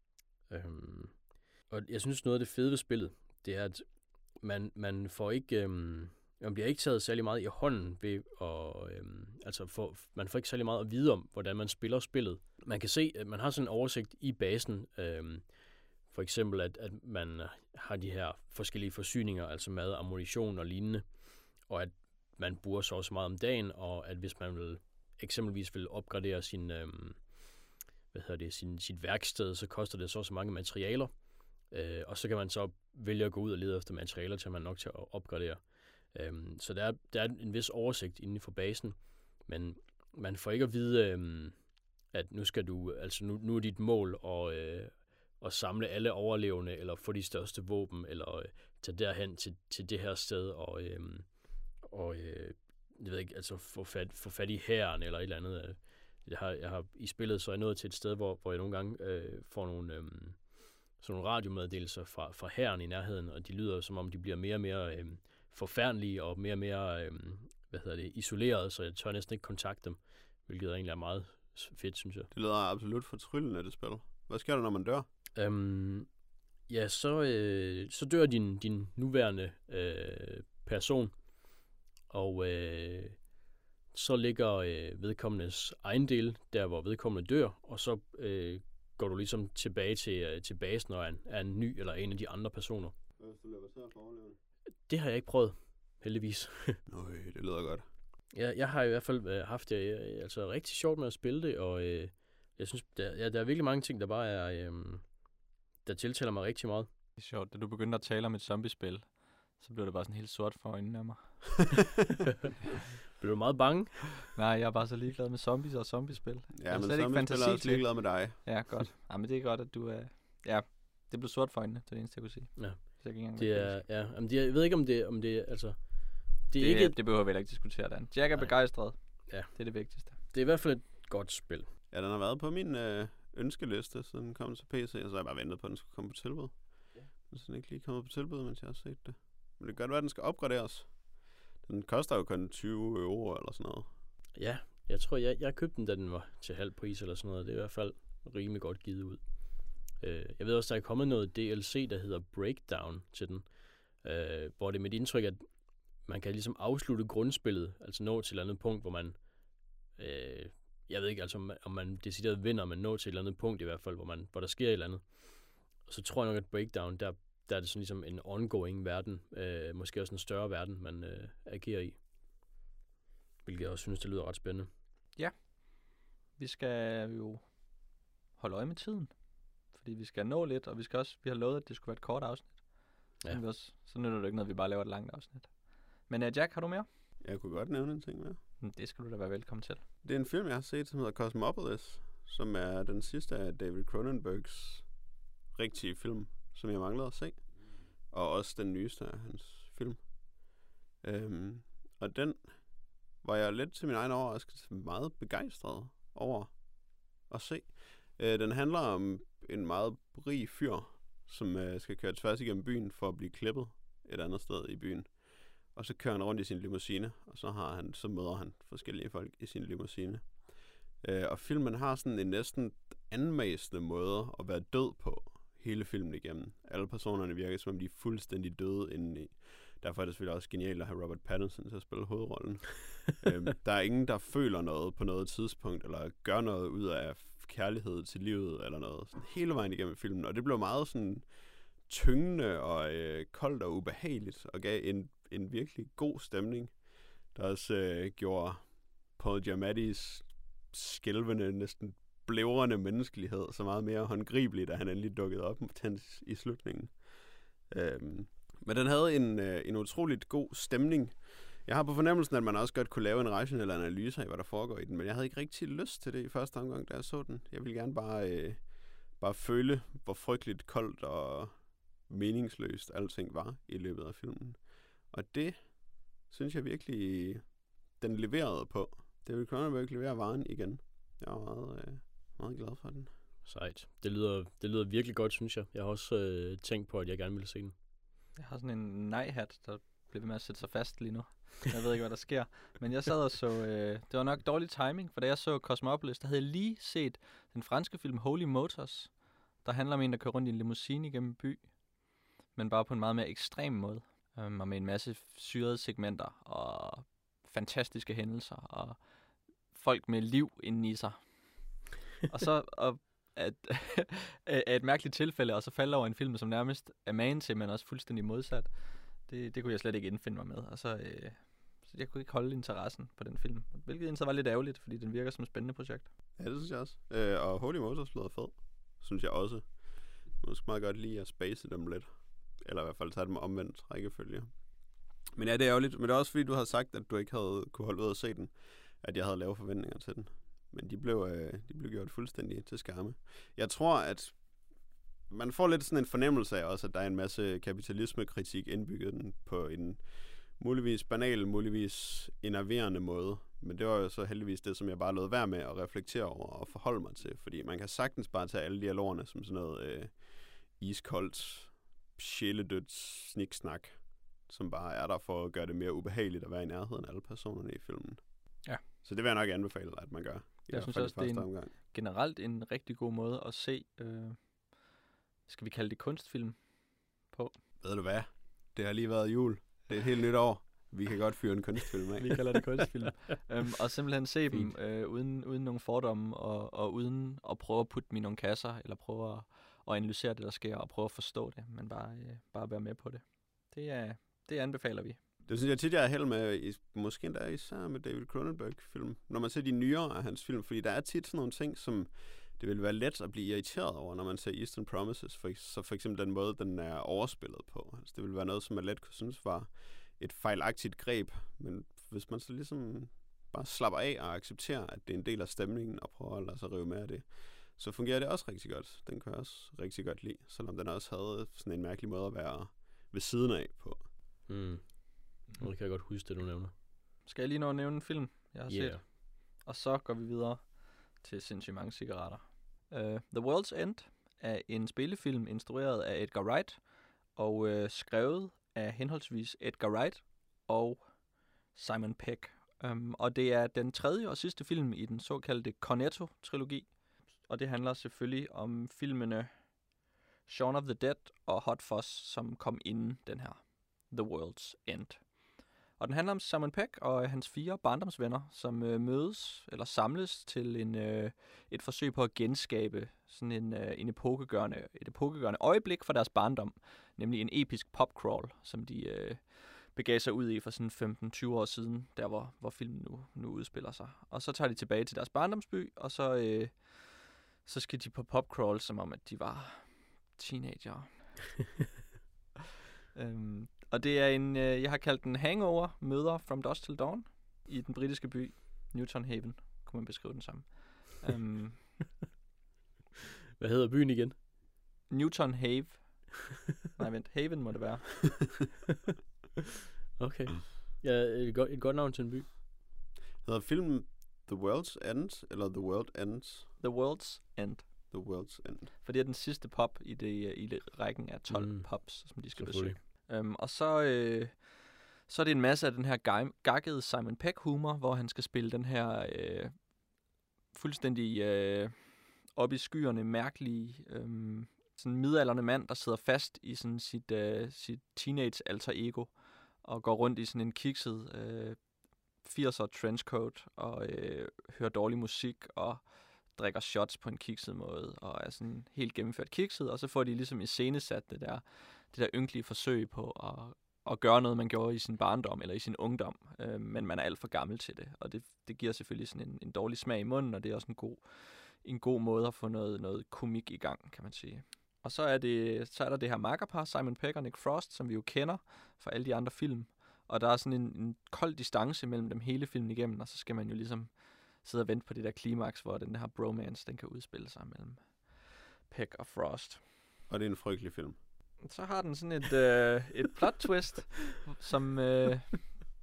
Øhm, og jeg synes, noget af det fede ved spillet, det er, at man, man får ikke... Øhm, man bliver ikke taget særlig meget i hånden ved at... Øhm, altså, for, man får ikke særlig meget at vide om, hvordan man spiller spillet. Man kan se, at man har sådan en oversigt i basen. Øhm, for eksempel, at, at man har de her forskellige forsyninger, altså mad, ammunition og lignende. Og at man bruger så også meget om dagen, og at hvis man vil, eksempelvis vil opgradere sin... Øhm, hvad hedder det, sin, sit værksted, så koster det så så mange materialer. Øh, og så kan man så vælge at gå ud og lede efter materialer, til man nok til at opgradere. Øhm, så der er, der er en vis oversigt inden for basen, men man får ikke at vide, øhm, at nu skal du, altså nu, nu er dit mål at, øh, at samle alle overlevende, eller få de største våben, eller øh, tage derhen til, til det her sted, og, øh, og øh, jeg ved ikke, altså få fat, få fat i hæren, eller et eller andet. Jeg har, jeg har i spillet, så er jeg nået til et sted, hvor, hvor jeg nogle gange øh, får nogle... Øh, sådan nogle radiomeddelelser fra, fra hæren i nærheden, og de lyder som om, de bliver mere og mere øh, forfærdelige og mere og mere øh, hvad hedder det, isoleret, så jeg tør næsten ikke kontakte dem, hvilket egentlig er meget fedt, synes jeg. Det lyder absolut fortryllende, det spil. Hvad sker der, når man dør? Øhm, ja, så, øh, så dør din, din nuværende øh, person, og øh, så ligger øh, vedkommendes ejendel der, hvor vedkommende dør, og så øh, går du ligesom tilbage til, til basen og er en, er en ny eller en af de andre personer. Hvad hvis du løber til at få overlevende? Det har jeg ikke prøvet, heldigvis. Nøj, det lyder godt. Ja, jeg har i hvert fald øh, haft det øh, altså rigtig sjovt med at spille det, og øh, jeg synes, der, ja, der er virkelig mange ting, der bare er, øh, der tiltaler mig rigtig meget. Det er sjovt, da du begyndte at tale om et zombiespil, så blev det bare sådan helt sort for øjnene af mig. Blev du meget bange? Nej, jeg er bare så ligeglad med zombies og zombiespil. Ja, men zombiespil er også ligeglad med dig. Ja, godt. Ja, men det er godt, at du er... Ja, det blev sort for øjnene, det er det eneste, jeg kunne sige. Ja. Så jeg, ikke det er, ja, jamen, det er, jeg ved ikke, om det, om det altså... Det, er det, ikke, det behøver vi heller ikke diskutere, Dan. Jack er Nej. begejstret. Ja. Det er det vigtigste. Det er i hvert fald et godt spil. Ja, den har været på min øh, ønskeliste, så den kom til P C, og så har jeg bare ventet på, at den skulle komme på tilbud. Ja. Men så den ikke lige kommet på tilbud, mens jeg har set det. Men det kan godt være, at den skal opgraderes. Den koster jo kun tyve euro eller sådan noget. Ja, jeg tror, jeg, jeg købte den, da den var til halv pris eller sådan noget. Det er i hvert fald rimelig godt givet ud. Øh, jeg ved også, der er kommet noget D L C, der hedder Breakdown til den. Øh, hvor det er mit indtryk, at man kan ligesom afslutte grundspillet, altså nå til et eller andet punkt, hvor man... Øh, jeg ved ikke, altså om man decideret vinder, men nå til et eller andet punkt i hvert fald, hvor, man, hvor der sker et eller andet. Og så tror jeg nok, at Breakdown, der, der er det sådan ligesom en ongoing verden. Øh, måske også en større verden, man øh, agerer i. Hvilket jeg også synes, det lyder ret spændende. Ja. Vi skal jo holde øje med tiden. Fordi vi skal nå lidt, og vi skal også, vi har lovet, at det skulle være et kort afsnit. Så, Ja. vi også, så nytter det ikke noget, at vi bare laver et langt afsnit. Men uh, Jack, har du mere? Jeg kunne godt nævne en ting mere. Det skal du da være velkommen til. Det er en film, jeg har set, som hedder Cosmopolis, som er den sidste af David Cronenbergs rigtige film, som jeg manglede at se. Og også den nyeste af hans film. Øhm, og den var jeg lidt til min egen overraskelse meget begejstret over at se. Øh, den handler om en meget rig fyr, som øh, skal køre tværs igennem byen for at blive klippet et andet sted i byen. Og så kører han rundt i sin limousine, og så, har han, så møder han forskellige folk i sin limousine. Øh, og filmen har sådan en næsten anmæsende måde at være død på hele filmen igennem. Alle personerne virker, som om de er fuldstændig døde indeni. Derfor er det selvfølgelig også genialt at have Robert Pattinson til at spille hovedrollen. øhm, der er ingen, der føler noget på noget tidspunkt, eller gør noget ud af kærlighed til livet, eller noget. Sådan hele vejen igennem filmen. Og det blev meget sådan tyngende og øh, koldt og ubehageligt, og gav en, en virkelig god stemning, der også øh, gjorde Paul Giamattis skælvende, næsten blævrende menneskelighed så meget mere håndgribelig, da han endelig dukkede op i slutningen. Øhm, men den havde en, øh, en utroligt god stemning. Jeg har på fornemmelsen, at man også godt kunne lave en rationel analyse af, hvad der foregår i den, men jeg havde ikke rigtig lyst til det i første omgang, da jeg så den. Jeg ville gerne bare, øh, bare føle, hvor frygteligt koldt og meningsløst alting var i løbet af filmen. Og det synes jeg virkelig, den leverede på. David Cronenberg leverer varen igen. Jeg var meget, øh, meget glad for den. Sejt. Det lyder, det lyder virkelig godt, synes jeg. Jeg har også øh, tænkt på, at jeg gerne ville se den. Jeg har sådan en nej-hat, der bliver ved med at sætte sig fast lige nu. Jeg ved ikke, hvad der sker. Men jeg sad og så... Øh, det var nok dårlig timing, for da jeg så Cosmopolis, der havde jeg lige set den franske film Holy Motors, der handler om en, der kører rundt i en limousine igennem en by, men bare på en meget mere ekstrem måde. Um, og med en masse syrede segmenter og fantastiske hændelser og folk med liv inde i sig. Og så og at, at et mærkeligt tilfælde, og så falde over en film, som nærmest er magen til, men også fuldstændig modsat. Det, det kunne jeg slet ikke indfinde mig med. Og så, øh, så jeg kunne ikke holde interessen på den film. Hvilket indtil var lidt ærgerligt, fordi den virker som et spændende projekt. Ja, det synes jeg også. Øh, og Holy Motors lyder fed, synes jeg også. Man skal meget godt lide at space dem lidt. Eller i hvert fald tage dem omvendt rækkefølge. Men ja, det er ærgerligt. Men det er også fordi, du havde sagt, at du ikke havde kunne holde ud at se den. At jeg havde lave forventninger til den. Men de blev, øh, de blev gjort fuldstændig til skærme. Jeg tror, at man får lidt sådan en fornemmelse af også, at der er en masse kapitalismekritik indbygget den på en muligvis banal, muligvis enerverende måde. Men det var jo så heldigvis det, som jeg bare lod være med at reflektere over og forholde mig til. Fordi man kan sagtens bare tage alle dialogerne som sådan noget øh, iskoldt, sjæledødt sniksnak, som bare er der for at gøre det mere ubehageligt at være i nærheden af alle personerne i filmen. Ja. Så det vil jeg nok anbefale, at man gør. I Jeg synes fald også, det er en, omgang. generelt en rigtig god måde at se, øh, skal vi kalde det kunstfilm på. Ved du hvad? Det har lige været jul. Det er et helt nyt år. Vi kan godt fyre en kunstfilm af. Vi kalder det kunstfilm. um, og simpelthen se Fint. dem øh, uden, uden nogen fordomme, og, og uden at prøve at putte dem i nogle kasser, eller prøve at, at analysere det, der sker, og prøve at forstå det, men bare, øh, bare være med på det. Det, er, det anbefaler vi. Det synes jeg tit, jeg er held med, i, måske endda især med David Cronenberg-film, når man ser de nyere af hans film, fordi der er tit sådan nogle ting, som det vil være let at blive irriteret over, når man ser Eastern Promises, for, så for eksempel den måde, den er overspillet på. Altså, det vil være noget, som man let kunne synes var et fejlagtigt greb, men hvis man så ligesom bare slapper af og accepterer, at det er en del af stemningen, og prøver at lade sig rive med af det, så fungerer det også rigtig godt. Den kan jeg også rigtig godt lide, selvom den også havde sådan en mærkelig måde at være ved siden af på. Mm. Og det kan jeg godt huske, det du nævner. Skal jeg lige nå at nævne en film, jeg har Yeah. set? Og så går vi videre til sindssygt mange cigaretter. Uh, The World's End er en spillefilm instrueret af Edgar Wright og uh, skrevet af henholdsvis Edgar Wright og Simon Pegg. Um, og det er den tredje og sidste film i den såkaldte Cornetto-trilogi. Og det handler selvfølgelig om filmene Shaun of the Dead og Hot Fuzz, som kom inden den her The World's End. Og den handler om Simon Pegg og hans fire barndomsvenner, som øh, mødes eller samles til en, øh, et forsøg på at genskabe sådan en, øh, en epokegørende, et epokegørende øjeblik for deres barndom, nemlig en episk popcrawl, som de øh, begav sig ud i for sådan femten til tyve år siden, der hvor, hvor filmen nu, nu udspiller sig. Og så tager de tilbage til deres barndomsby, og så, øh, så skal de på popcrawl, som om at de var teenagere. øhm, Og det er en, øh, jeg har kaldt den Hangover møder From Dusk Till Dawn i den britiske by Newton Haven, kunne man beskrive den som. um, Hvad hedder byen igen? Newton Have. Nej, vent, Haven må det være. Okay. Ja, et godt, et godt navn til en by. Hedder filmen The World's End, eller The World Ends? The World's End. The World's End. For det er den sidste pop i, det, i det rækken af tolv mm. pops, som de skal besøge. Um, og så, øh, så er det en masse af den her gag- gakkede Simon Pegg-humor, hvor han skal spille den her øh, fuldstændig øh, op i skyerne mærkelige øh, sådan midaldrende mand, der sidder fast i sådan sit, øh, sit teenage alter ego og går rundt i sådan en kikset øh, firser trenchcoat og øh, hører dårlig musik og drikker shots på en kikset måde og er sådan helt gennemført kikset, og så får de ligesom iscenesat det der det der ynkelige forsøg på at, at gøre noget, man gjorde i sin barndom eller i sin ungdom, øh, men man er alt for gammel til det. Og det, det giver selvfølgelig sådan en, en dårlig smag i munden, og det er også en god, en god måde at få noget, noget komik i gang, kan man sige. Og så er, det, så er der det her makkerpar, Simon Pegg og Nick Frost, som vi jo kender fra alle de andre film. Og der er sådan en, en kold distance mellem dem hele filmen igennem, og så skal man jo ligesom sidde og vente på det der klimaks, hvor den her bromance, den kan udspille sig mellem Pegg og Frost. Og det er en frygtelig film. Så har den sådan et, øh, et plot twist, som, øh,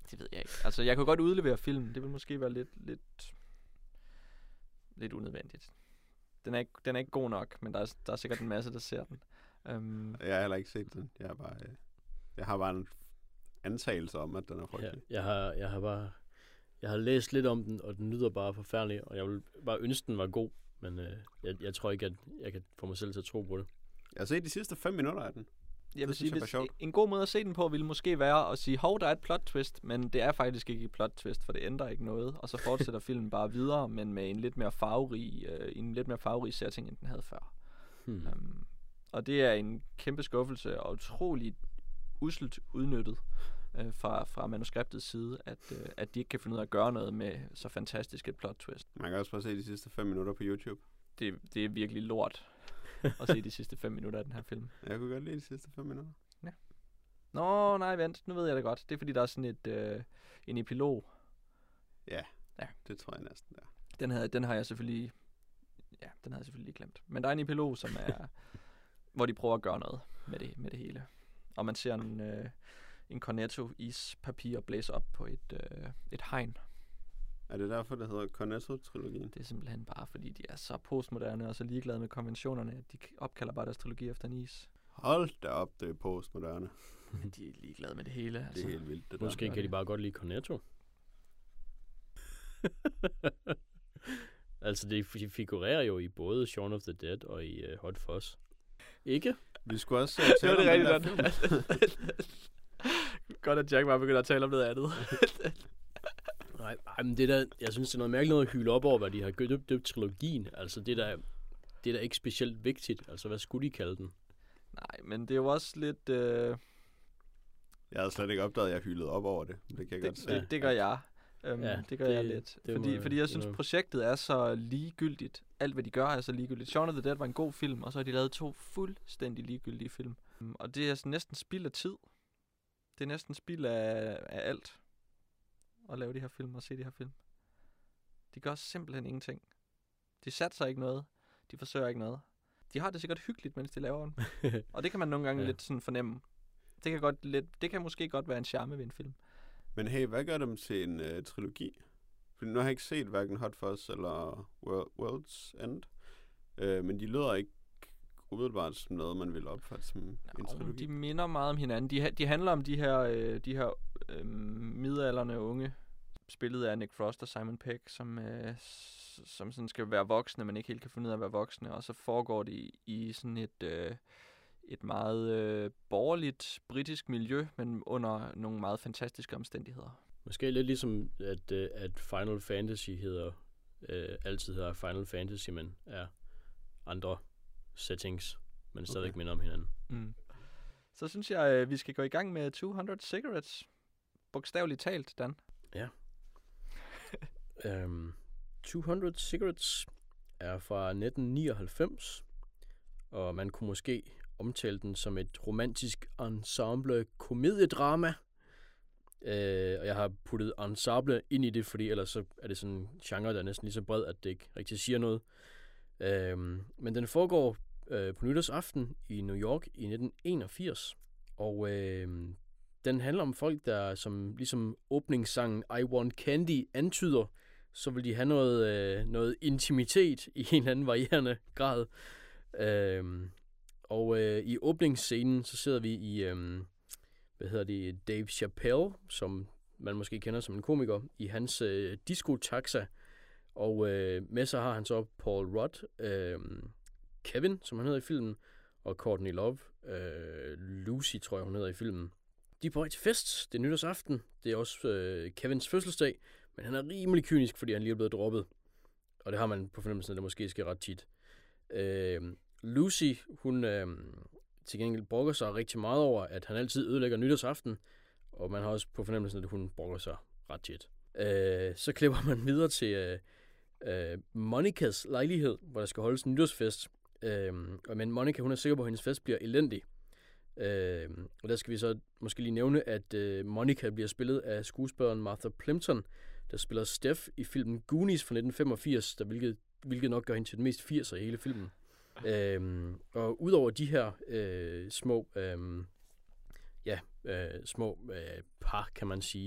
Det ved jeg ikke. Altså, jeg kunne godt udlevere filmen. Det vil måske være lidt, lidt, lidt unødvendigt. Den er, ikke, den er ikke god nok, men der er, der er sikkert en masse, der ser den. Um, Jeg har heller ikke set den. Jeg, er bare, øh, jeg har bare en antagelse om, at den er frygtelig. Ja, jeg, har, jeg har bare jeg har læst lidt om den, og den lyder bare forfærdelig, og jeg vil bare ønske, den var god, men øh, jeg, jeg tror ikke, at jeg kan få mig selv til at tro på det. Jeg har set de sidste fem minutter af den. Jeg vil synes sige, jeg var sjovt. en god måde at se den på ville måske være at sige, hov, der er et plot twist, men det er faktisk ikke et plot twist, for det ændrer ikke noget, og så fortsætter filmen bare videre, men med en lidt mere farverig, øh, en lidt mere farverig setting, end den havde før. Hmm. Um, og det er en kæmpe skuffelse og utrolig usselt udnyttet øh, fra, fra manuskriptets side, at, øh, at de ikke kan finde ud af at gøre noget med så fantastisk et plot twist. Man kan også bare se de sidste fem minutter på YouTube. Det, det er virkelig lort at se de sidste fem minutter af den her film. Jeg kunne godt lide de sidste fem minutter. Nå, nej, vent. Nu ved jeg det godt. Det er fordi, der er sådan et, øh, en epilog. Ja, Ja. det tror jeg næsten, der. Den, havde, den har jeg selvfølgelig... Ja, den havde jeg selvfølgelig lige glemt. Men der er en epilog, som er... hvor de prøver at gøre noget med det, med det hele. Og man ser en, øh, en Cornetto ispapir blæse op på et, øh, et hegn. Er det derfor, det hedder Cornetto-trilogien? Det er simpelthen bare, fordi de er så postmoderne og så ligeglade med konventionerne, at de opkalder bare deres trilogi efter en is. Hold da op, det er postmoderne. Men de er ligeglade med det hele. Det Altså. er helt vildt, det Måske der. kan de bare godt lide Cornetto. Altså, det de figurerer jo i både Shaun of the Dead og i uh, Hot Fuzz. Ikke? Vi skulle også uh, tale det om var den det der film. Godt, at Jack bare begynder at tale om noget andet. Nej, ej, men det der, jeg synes, det er noget mærkeligt noget at hylde op over, hvad de har døbt, døbt trilogien. Altså, det der, det er da ikke specielt vigtigt. Altså, hvad skulle de kalde den? Nej, men det er jo også lidt... Øh, Jeg havde slet ikke opdaget, at jeg hyldede op over det. Det kan jeg godt det, se. det, det gør jeg. Um, Ja, ja, det gør det- jeg lidt. det Fordi, må- fordi jeg det synes, må- projektet er så ligegyldigt. Alt, hvad de gør, er så ligegyldigt. Shaun of the Dead var en god film, og så har de lavet to fuldstændig ligegyldige film. Um, og det er sådan næsten spild af tid. Det er næsten spild af, af alt. At lave de her film og se de her film. De gør simpelthen ingenting. De satser ikke noget. De forsøger ikke noget. De har det sikkert hyggeligt, mens de laver den. Og det kan man nogle gange Ja. lidt sådan fornemme. Det kan, godt lidt, det kan måske godt være en charme ved en film. Men hey, hvad gør dem til en uh, trilogi? For nu har jeg ikke set hverken Hot Fuzz eller World, World's End. Uh, men de lyder ikke umiddelbart som noget, man vil opfatte som en Nå, trilogi. de minder meget om hinanden. De, ha- de handler om de her, øh, de her øh, midaldrende unge, spillet af Nick Frost og Simon Pegg, som, øh, s- som sådan skal være voksne, men ikke helt kan finde ud af at være voksne. Og så foregår det i, i sådan et, øh, et meget øh, borgerligt britisk miljø, men under nogle meget fantastiske omstændigheder. Måske lidt ligesom, at, øh, at Final Fantasy hedder, øh, altid hedder Final Fantasy, men er andre settings, men stadigvæk Okay. minder om hinanden. Mm. Så synes jeg, øh, vi skal gå i gang med to hundrede Cigarettes. Bogstaveligt talt, Dan. Um, to hundrede Cigarettes er fra nitten nioghalvfems, og man kunne måske omtale den som et romantisk ensemble komediedrama. Uh, og jeg har puttet ensemble ind i det, fordi ellers så er det sådan en genre, der er næsten lige så bred, at det ikke rigtig siger noget. Uh, men den foregår uh, på nytårsaften i New York i nitten enogfirs, og uh, den handler om folk, der som ligesom åbningssangen I Want Candy antyder, så vil de have noget, øh, noget intimitet i en eller anden varierende grad. Øhm, og øh, i åbningsscenen, så sidder vi i, øh, hvad hedder det, Dave Chappelle, som man måske kender som en komiker, i hans øh, disco-taxa. Og øh, med sig har han så Paul Rudd, øh, Kevin, som han hedder i filmen, og Courtney Love, øh, Lucy, tror jeg, hun hedder i filmen. De er på vej til fest. Det er nytårsaften. Det er også øh, Kevins fødselsdag. Men han er rimelig kynisk, fordi han lige er blevet droppet. Og det har man på fornemmelsen, at det måske sker ret tit. Øh, Lucy, hun øh, til gengæld brokker sig rigtig meget over, at han altid ødelægger nytårsaften. Og man har også på fornemmelsen, at hun brokker sig ret tit. Øh, så klipper man videre til øh, øh, Monikas lejlighed, hvor der skal holdes en nytårsfest. Øh, men Monica, hun er sikker på, at hendes fest bliver elendig. Øh, og der skal vi så måske lige nævne, at øh, Monica bliver spillet af skuespilleren Martha Plimpton, der spiller Steph i filmen Goonies fra nitten femogfirs, der hvilket, hvilket nok gør hende til den mest firser i hele filmen. øh, og udover de her øh, små, øh, ja, øh, små øh, par, kan man sige,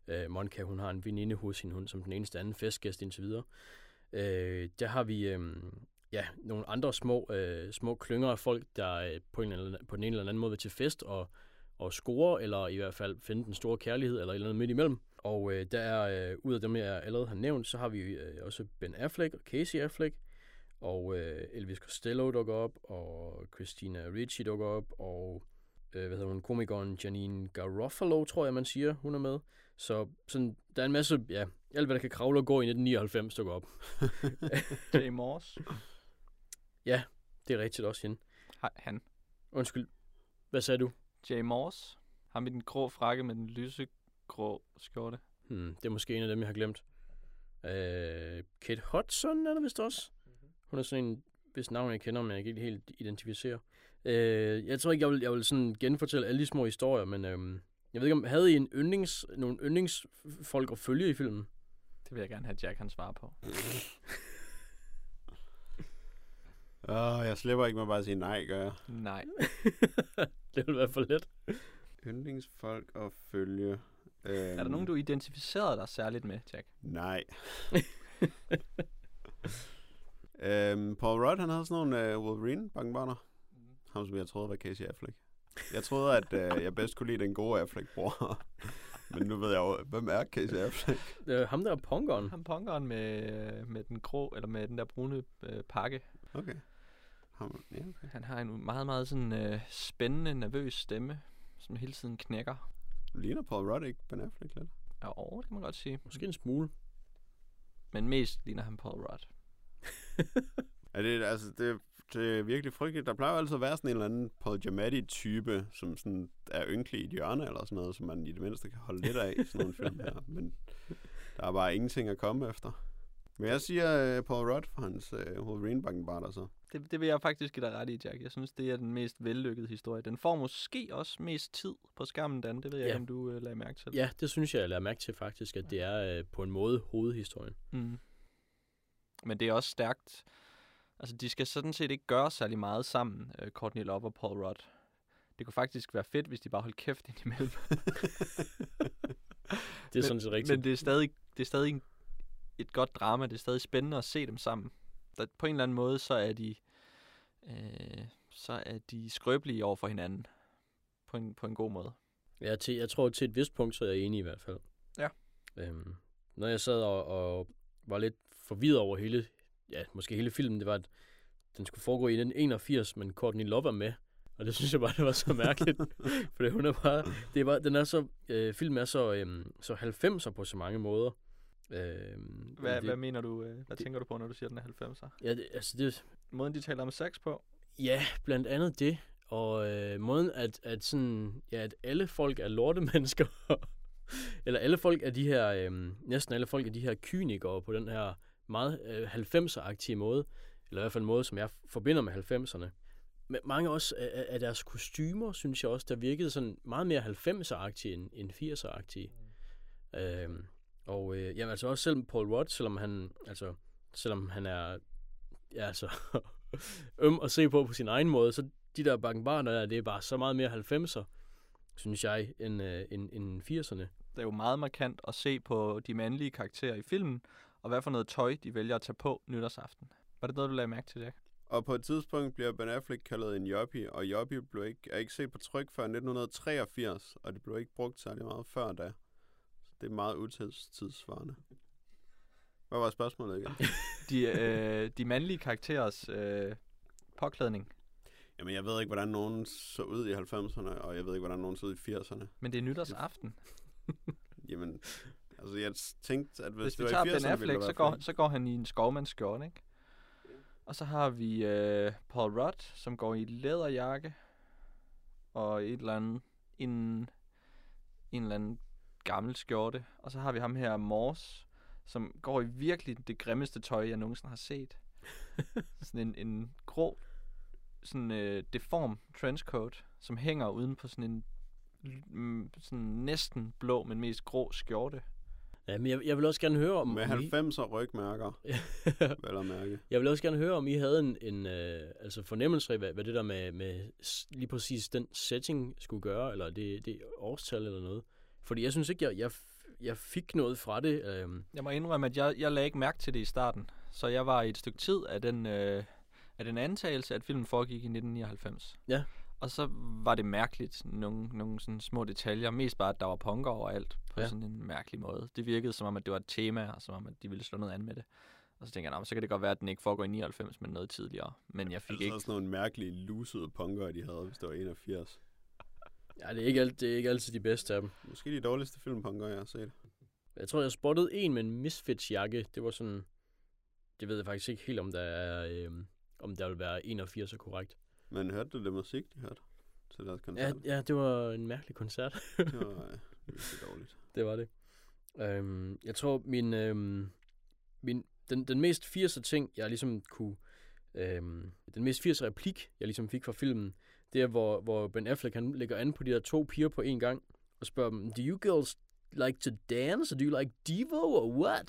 Øh, Monica, hun har en veninde hos hende, hun som den eneste anden festgæst indtil videre. Øh, der har vi øh, ja, nogle andre små, øh, små klynger af folk, der øh, på, en eller anden, på den ene eller anden måde vil til fest og, og score, eller i hvert fald finde den store kærlighed, eller et eller andet midt imellem. Og øh, der er, øh, ud af dem, jeg allerede har nævnt, så har vi øh, også Ben Affleck og Casey Affleck, og øh, Elvis Costello dukker op, og Christina Ricci dukker op, og øh, hvad hedder hun, komikeren Janine Garofalo, tror jeg, man siger, hun er med. Så sådan, der er en masse, ja, alt hvad der kan kravle og gå i nitten nioghalvfems dukker op. Jay Morse. Ja, det er rigtigt også hende. Hej, han. Undskyld, hvad sagde du? Jay Morse. Ham med den grå frakke med den lysegrå skjorte. Hmm, det er måske en af dem, jeg har glemt. Øh, Kate Hudson er der vist også. Hun er sådan en, hvis navn jeg kender, men jeg kan ikke helt identificere. Øh, jeg tror ikke, jeg vil, jeg vil sådan genfortælle alle de små historier, men øh, jeg ved ikke, om havde I en yndlings, nogle yndlingsfolk at følge i filmen? Det vil jeg gerne have Jack, han svarer på. Åh, oh, jeg slipper ikke med bare at sige nej, gør jeg. Nej. Det vil være for let. Yndlingsfolk at følge. Øhm, Er der nogen, du identificerede dig særligt med, Jack? Nej. øhm, Paul Rudd, han havde sådan nogle uh, Wolverine-bankbarner. Mm. Ham, som jeg troede var Casey Affleck. Jeg troede, at uh, jeg bedst kunne lide den gode Affleck-bror. Men nu ved jeg jo, hvem er Casey Affleck? Det er ham, der er punkeren. Ham punkeren med, med den grå, eller med den der brune øh, pakke. Okay. Ham, ja, okay. Han har en meget, meget sådan øh, spændende, nervøs stemme, som hele tiden knækker. Ligner Paul Rudd ikke Ben Affleck lidt? Ja, over, det kan man godt sige. Måske en smule. Men mest ligner han Paul Rudd. Ja, det, altså, det, det er virkelig frygteligt. Der plejer jo altid at være sådan en eller anden Paul Giamatti-type, som sådan er ynkelig i et hjørne eller sådan noget, som man i det mindste kan holde lidt af i sådan nogle film her. Men der er bare ingenting at komme efter. Men jeg siger uh, Paul Rudd for hans uh, Wolverine-bankenbarter så. Det, det vil jeg faktisk give dig ret i, Jack. Jeg synes, det er den mest vellykkede historie. Den får måske også mest tid på skærmen, Dan. Det ved jeg Ja. ikke, om du uh, lagde mærke til. Ja, det synes jeg, jeg lader mærke til faktisk, at det er øh, på en måde hovedhistorien. Mm. Men det er også stærkt. Altså, de skal sådan set ikke gøre særlig meget sammen, uh, Courtney Love og Paul Rudd. Det kunne faktisk være fedt, hvis de bare holdt kæft indimellem. Det er sådan set rigtigt. Men det er stadig, det er stadig et godt drama. Det er stadig spændende at se dem sammen. Der, på en eller anden måde, så er de øh, så er de skrøbelige over for hinanden. På en, på en god måde. Ja, til, jeg tror til et vist punkt, så er jeg enig i hvert fald. Ja. Øhm, når jeg sad og, og var lidt forvirret over hele, ja, måske hele filmen, det var, at den skulle foregå i nitten enogfirs, men Courtney Love er med. Og det synes jeg bare, det var så mærkeligt. For hun er bare, det er bare, den er så, øh, filmen er så, øh, så halvfemser på så mange måder. Øh, Hvad, det, hvad mener du, øh, hvad det, tænker du på, når du siger, den er halvfemser? Ja, det, altså det... Måden, de taler om sex på? Ja, blandt andet det. Og øh, måden, at, at, sådan, ja, at alle folk er lortemennesker. Eller alle folk er de her, øh, næsten alle folk er de her kynikere på den her meget øh, halvfemser-agtige måde. Eller i hvert fald en måde, som jeg forbinder med halvfemserne. Men mange også af, af deres kostymer, synes jeg også, der virkede sådan meget mere halvfemser-agtige end, end firser-agtige. Mm. Øhm, og øh, jamen, altså også selv Paul Rudd, selvom han, altså, selvom han er ja, altså, øm at se på på sin egen måde, så de der bakkenbarner der, det er bare så meget mere halvfemser, synes jeg, end, øh, end, end firserne. Det er jo meget markant at se på de mandlige karakterer i filmen, og hvad for noget tøj, de vælger at tage på nytårsaften. Var det noget, du lagde mærke til, Jack? Og på et tidspunkt bliver Ben Affleck kaldet en yuppie, og yuppie blev ikke, er ikke set på tryk før nitten treogfirs, og det blev ikke brugt særlig meget før da. Så det er meget utidssvarende. Hvad var spørgsmålet igen? de, øh, de mandlige karakterers øh, påklædning. Jamen, jeg ved ikke, hvordan nogen så ud i halvfemserne, og jeg ved ikke, hvordan nogen så ud i firserne. Men det er nytårsaften. Jamen, altså jeg tænkte, at hvis, hvis det vi var tager i firserne, Ben Affleck, så så går, så går han i en skovmandsskjorte, ikke? Og så har vi øh, Paul Rudd, som går i læderjakke og et eller andet, en, en eller anden gammel skjorte. Og så har vi ham her, Morse, som går i virkelig det grimmeste tøj, jeg nogensinde har set. Sådan en, en grå, sådan øh, deform trenchcoat, som hænger uden på sådan en mm, sådan næsten blå, men mest grå skjorte. Ja, men jeg, jeg vil også gerne høre om... Med om halvfemser rygmærker, vel at mærke. Jeg vil også gerne høre, om I havde en, en øh, altså fornemmelse af, hvad, hvad det der med, med lige præcis den setting skulle gøre, eller det, det årstal eller noget. Fordi jeg synes ikke, jeg, jeg, jeg fik noget fra det. Øh, Jeg må indrømme, at jeg, jeg lagde ikke mærke til det i starten. Så jeg var i et stykke tid af den, øh, af den antagelse, at filmen foregik i nitten nioghalvfems. Ja. Og så var det mærkeligt, nogle, nogle sådan små detaljer. Mest bare, at der var punker overalt på Ja. sådan en mærkelig måde. Det virkede som om, at det var et tema, og som om, at de ville slå noget an med det. Og så tænkte jeg, nah, så kan det godt være, at den ikke foregår i nioghalvfems, men noget tidligere. Men jeg fik Altså ikke... også nogle mærkelige, lusede punker, de havde, hvis det var enogfirs. ja, det er, ikke alt, det er ikke altid de bedste af dem. Måske de dårligste filmpunker, jeg har set. Jeg tror, jeg spottede en med en Misfits-jakke. Det var sådan... Det ved jeg faktisk ikke helt, om der er... Øh, om der vil være enogfirs er korrekt. Men hørte du det musik, de hørte til deres Ja, koncert? ja, det var en mærkelig koncert. Det var øh, virkelig dårligt. Det var det. Øhm, jeg tror, min, øhm, min den, den mest firser ting, jeg ligesom kunne... Øhm, den mest firser replik, jeg ligesom fik fra filmen, det er, hvor, hvor Ben Affleck, han lægger an på de der to piger på en gang, og spørger dem, do you girls like to dance, or do you like Devo, or what?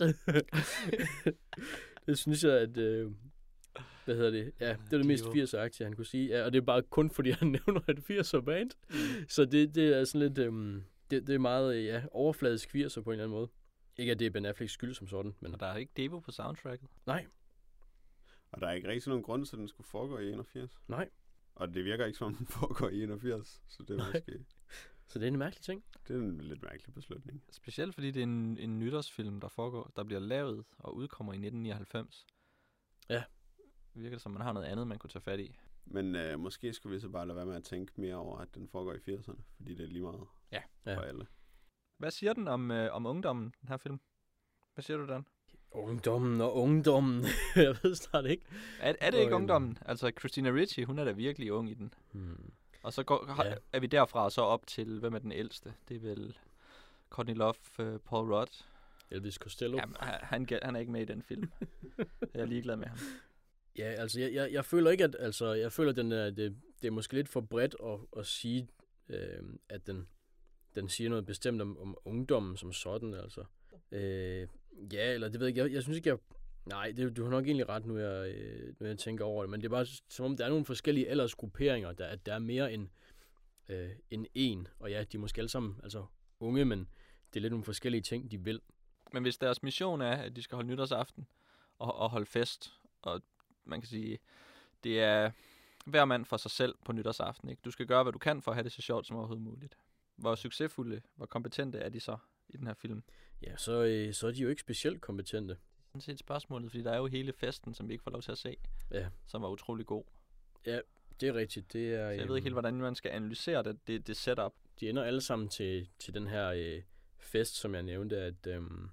Det synes jeg, at... Øh, hvad hedder det? Ja, det er det mest Devo. firser-aktie, han kunne sige. Ja, og det er bare kun, fordi han nævner et firser-band. Så det, det er sådan lidt... Øhm, det, det er meget ja, overfladisk firser på en eller anden måde. Ikke at det er Ben Afflecks skyld som sådan, men... Og der er ikke Devo på soundtracket. Nej, Og der er ikke rigtig nogen grund til, at den skulle foregå i enogfirs. nej. Og det virker ikke som, den foregår i enogfirs. Så det er Nej. måske... Så det er en mærkelig ting. Det er en lidt mærkelig beslutning. Specielt fordi det er en, en nytårsfilm, der foregår, der bliver lavet og udkommer i nitten nioghalvfems. Ja. Det virker som, man har noget andet, man kunne tage fat i. Men øh, måske skulle vi så bare lade være med at tænke mere over, at den foregår i firserne. Fordi det er lige meget Ja. for Ja. alle. Hvad siger den om, øh, om ungdommen, den her film? Hvad siger du, Dan? Ungdommen og ungdommen. Jeg ved snart ikke. Er, er det Og, ikke øhm, ungdommen? Altså, Christina Ricci, hun er da virkelig ung i den. Hmm. Og så går, har, Ja. er vi derfra så op til, hvem er den ældste? Det er vel Courtney Love, uh, Paul Rudd. Elvis Costello. Jamen, han, han, han er ikke med i den film. Jeg er ligeglad med ham. Ja, altså, jeg, jeg, jeg føler ikke, at... Altså, jeg føler, at den er, det, det er måske lidt for bredt at, at sige, øh, at den, den siger noget bestemt om, om ungdommen som sådan, altså. Øh, ja, eller det ved jeg ikke. Jeg, jeg synes ikke, jeg... Nej, det, du har nok egentlig ret, nu jeg, øh, nu jeg tænker over det, men det er bare som om, der er nogle forskellige aldersgrupperinger, der, at der er mere end, øh, end en, og ja, de er måske alle sammen altså, unge, men det er lidt nogle forskellige ting, de vil. Men hvis deres mission er, at de skal holde nytårsaften og, og holde fest, og man kan sige, det er hver mand for sig selv på nytårsaften, ikke? Du skal gøre, hvad du kan for at have det så sjovt som overhovedet muligt. Hvor succesfulde, hvor kompetente er de så i den her film? Ja, så, øh, så er de jo ikke specielt kompetente. Sådan set spørgsmålet, fordi der er jo hele festen, som vi ikke får lov til at se, Ja, som var utrolig god. det er rigtigt. Det er, Så jeg ved ikke helt, hvordan man skal analysere det, det, det setup. De ender alle sammen til, til den her øh, fest, som jeg nævnte, at, øhm,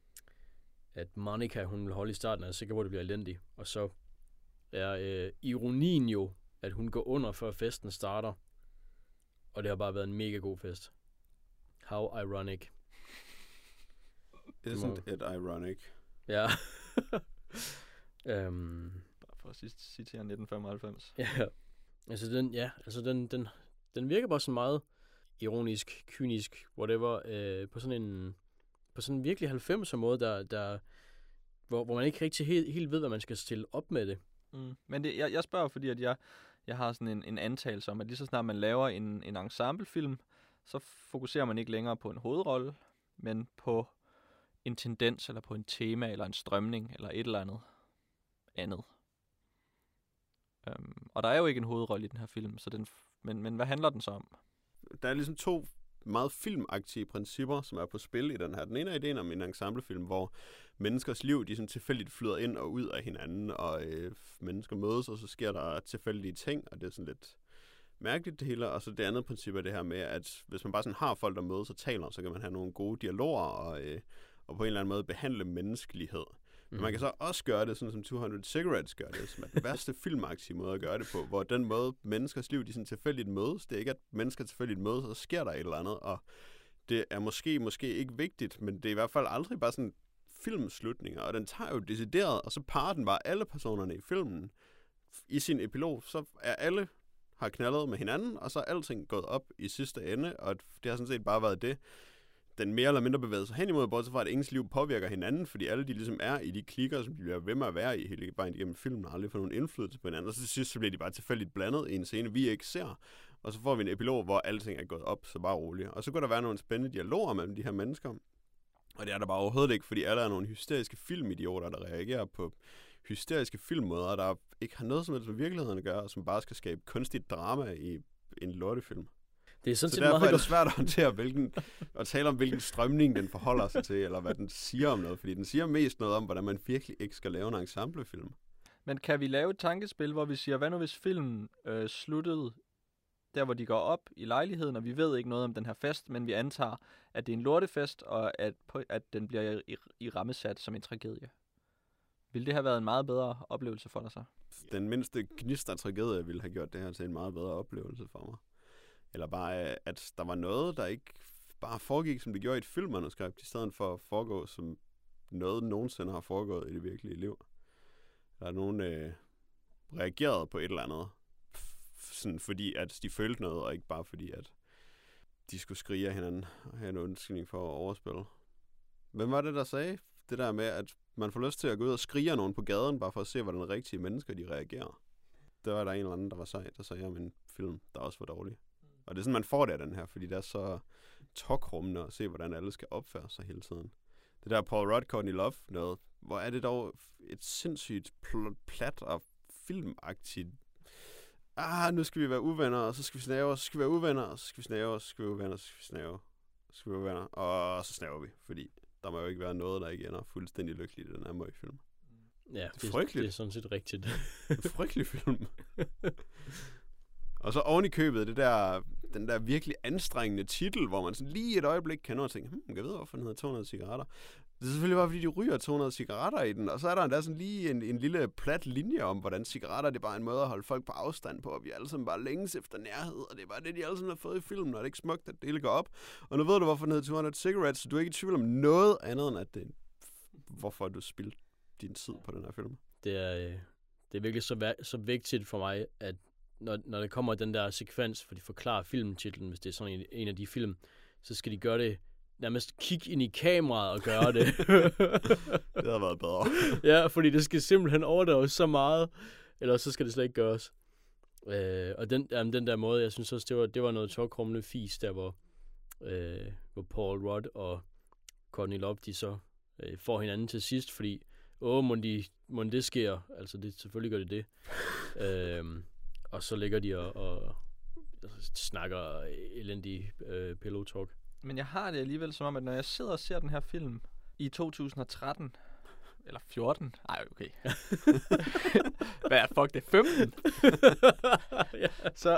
at Monica, hun vil holde i starten, og jeg er sikker på, at det bliver elendigt. Og så er øh, ironien jo, at hun går under, før festen starter. Og det har bare været en mega god fest. How ironic. Isn't it ironic? Ja. øhm, Bare for at sige- citere nitten femoghalvfems. ja. Altså den, ja, altså den, den, den virker bare sådan meget ironisk, kynisk, whatever, øh, på sådan en, på sådan en virkelig halvfemser måde, der, der, hvor, hvor man ikke rigtig helt, helt ved, hvad man skal stille op med det. Mm. Men det, jeg, jeg spørger, fordi at jeg, jeg har sådan en, en antagelse om, at lige så snart man laver en, en ensemblefilm, så fokuserer man ikke længere på en hovedrolle, men på en tendens, eller på en tema, eller en strømning, eller et eller andet andet. Um, og der er jo ikke en hovedrolle i den her film, så den, f- men, men hvad handler den så om? Der er ligesom to meget filmagtige principper, som er på spil i den her. Den ene er ideen om en ensemblefilm, hvor menneskers liv, de sådan tilfældigt flyder ind og ud af hinanden, og øh, mennesker mødes, og så sker der tilfældige ting, og det er sådan lidt mærkeligt det hele. Og så det andet princip er det her med, at hvis man bare sådan har folk, der mødes og taler, så kan man have nogle gode dialoger, og, øh, og på en eller anden måde behandle menneskelighed. Men man kan så også gøre det, sådan som to hundrede Cigarettes gør det, som er den værste filmagtige måde at gøre det på, hvor den måde, menneskers liv, de sådan tilfældigt mødes. Det er ikke, at mennesker tilfældigt mødes, og så sker der et eller andet, og det er måske, måske ikke vigtigt, men det er i hvert fald aldrig bare sådan filmslutninger, og den tager jo decideret, og så parer den bare alle personerne i filmen. I sin epilog, så er alle har knaldet med hinanden, og så er alting gået op i sidste ende, og det har sådan set bare været det, den mere eller mindre bevæger sig hen imod, bortset fra, at ingens liv påvirker hinanden, fordi alle de ligesom er i de klikker, som de bliver ved med at være i hele vejen igennem filmen, og aldrig får nogen indflydelse på hinanden, og så til sidst så bliver de bare tilfældigt blandet i en scene, vi ikke ser, og så får vi en epilog, hvor alting er gået op, så bare roligt. Og så kunne der være nogle spændende dialoger mellem de her mennesker, Og det er der bare overhovedet ikke, fordi alle er nogle hysteriske filmidioter, der reagerer på hysteriske filmmåder, der ikke har noget som helst med virkeligheden at gøre, og som bare skal skabe kunstigt drama i en lortefilm. Det er sådan Så set derfor meget er det svært at håndtere, hvilken, at tale om, hvilken strømning den forholder sig til, eller hvad den siger om noget, fordi den siger mest noget om, hvordan man virkelig ikke skal lave en ensemblefilm. Men kan vi lave et tankespil, hvor vi siger, hvad nu hvis filmen øh, sluttede der, hvor de går op i lejligheden, og vi ved ikke noget om den her fest, men vi antager, at det er en lortefest, og at, at den bliver i, i rammesat som en tragedie. Ville det have været en meget bedre oplevelse for dig så? Den mindste gnist af tragedie ville have gjort det her til en meget bedre oplevelse for mig. Eller bare, at der var noget, der ikke bare foregik, som det gjorde i et filmmanuskript, i stedet for at foregå, som noget nogensinde har foregået i det virkelige liv. Der er nogen øh, reageret på et eller andet, sådan fordi at de følte noget, og ikke bare fordi, at de skulle skrige af hinanden og have en undskyldning for at overspille. Hvem var det, der sagde det der med, at man får lyst til at gå ud og skrige af nogen på gaden, bare for at se, hvordan rigtige mennesker de reagerer? Der var der en eller anden, der var sej, der sagde om en film, der også var dårlig. Og det er sådan, man får det af den her, fordi det er så tokrummende at se, hvordan alle skal opføre sig hele tiden. Det der Paul Rudd, Courtney Love noget, hvor er det dog et sindssygt pl- plat og filmagtigt. Ah, nu skal vi være uvenner, og så skal vi snave, og så skal vi være uvenner, og så skal vi snave, og så skal vi være uvenner, og så skal vi snave, og så skal vi være uvenner, og så snaver vi, fordi der må jo ikke være noget, der ikke ender fuldstændig lykkeligt i den her møgfilm. Ja, det er frygteligt. Det er sådan set rigtigt. Det er en frygtelig film. Og så oven i købet, det der, den der virkelig anstrengende titel, hvor man sådan lige et øjeblik kan nå og tænke, hmm, jeg ved, hvorfor den hedder to hundrede cigaretter. Det er selvfølgelig bare, fordi de ryger to hundrede cigaretter i den, og så er der endda sådan lige en, en lille plat linje om, hvordan cigaretter, det er bare en måde at holde folk på afstand på, og vi er alle sammen bare længes efter nærhed, og det er bare det, de alle sammen har fået i filmen, og det er ikke smukt, at det hele går op. Og nu ved du, hvorfor den hedder to hundrede cigarettes, så du er ikke i tvivl om noget andet, end at det hvorfor du spildte din tid på den her film. Det er, det er virkelig så, vær- så vigtigt for mig, at når, når der kommer den der sekvens, for de forklarer filmtitlen, hvis det er sådan en, en af de film, så skal de gøre det nærmest kigge ind i kameraet og gøre det. Det havde været bedre. Ja, fordi det skal simpelthen overdrives så meget, eller så skal det slet ikke gøres. Øh, og den, jamen, den der måde, jeg synes også, det var, det var noget tokrummende fis, der hvor, øh, hvor Paul Rudd og Courtney Love, de så øh, får hinanden til sidst, fordi, åh, må, de, må det sker, altså det, selvfølgelig gør det det. øh, og så ligger de og, og snakker elendig øh, pillow talk. Men jeg har det alligevel som om, at når jeg sidder og ser den her film i to tusind og tretten, eller fjorten, ej okay, hvad er fuck, det er femten? så,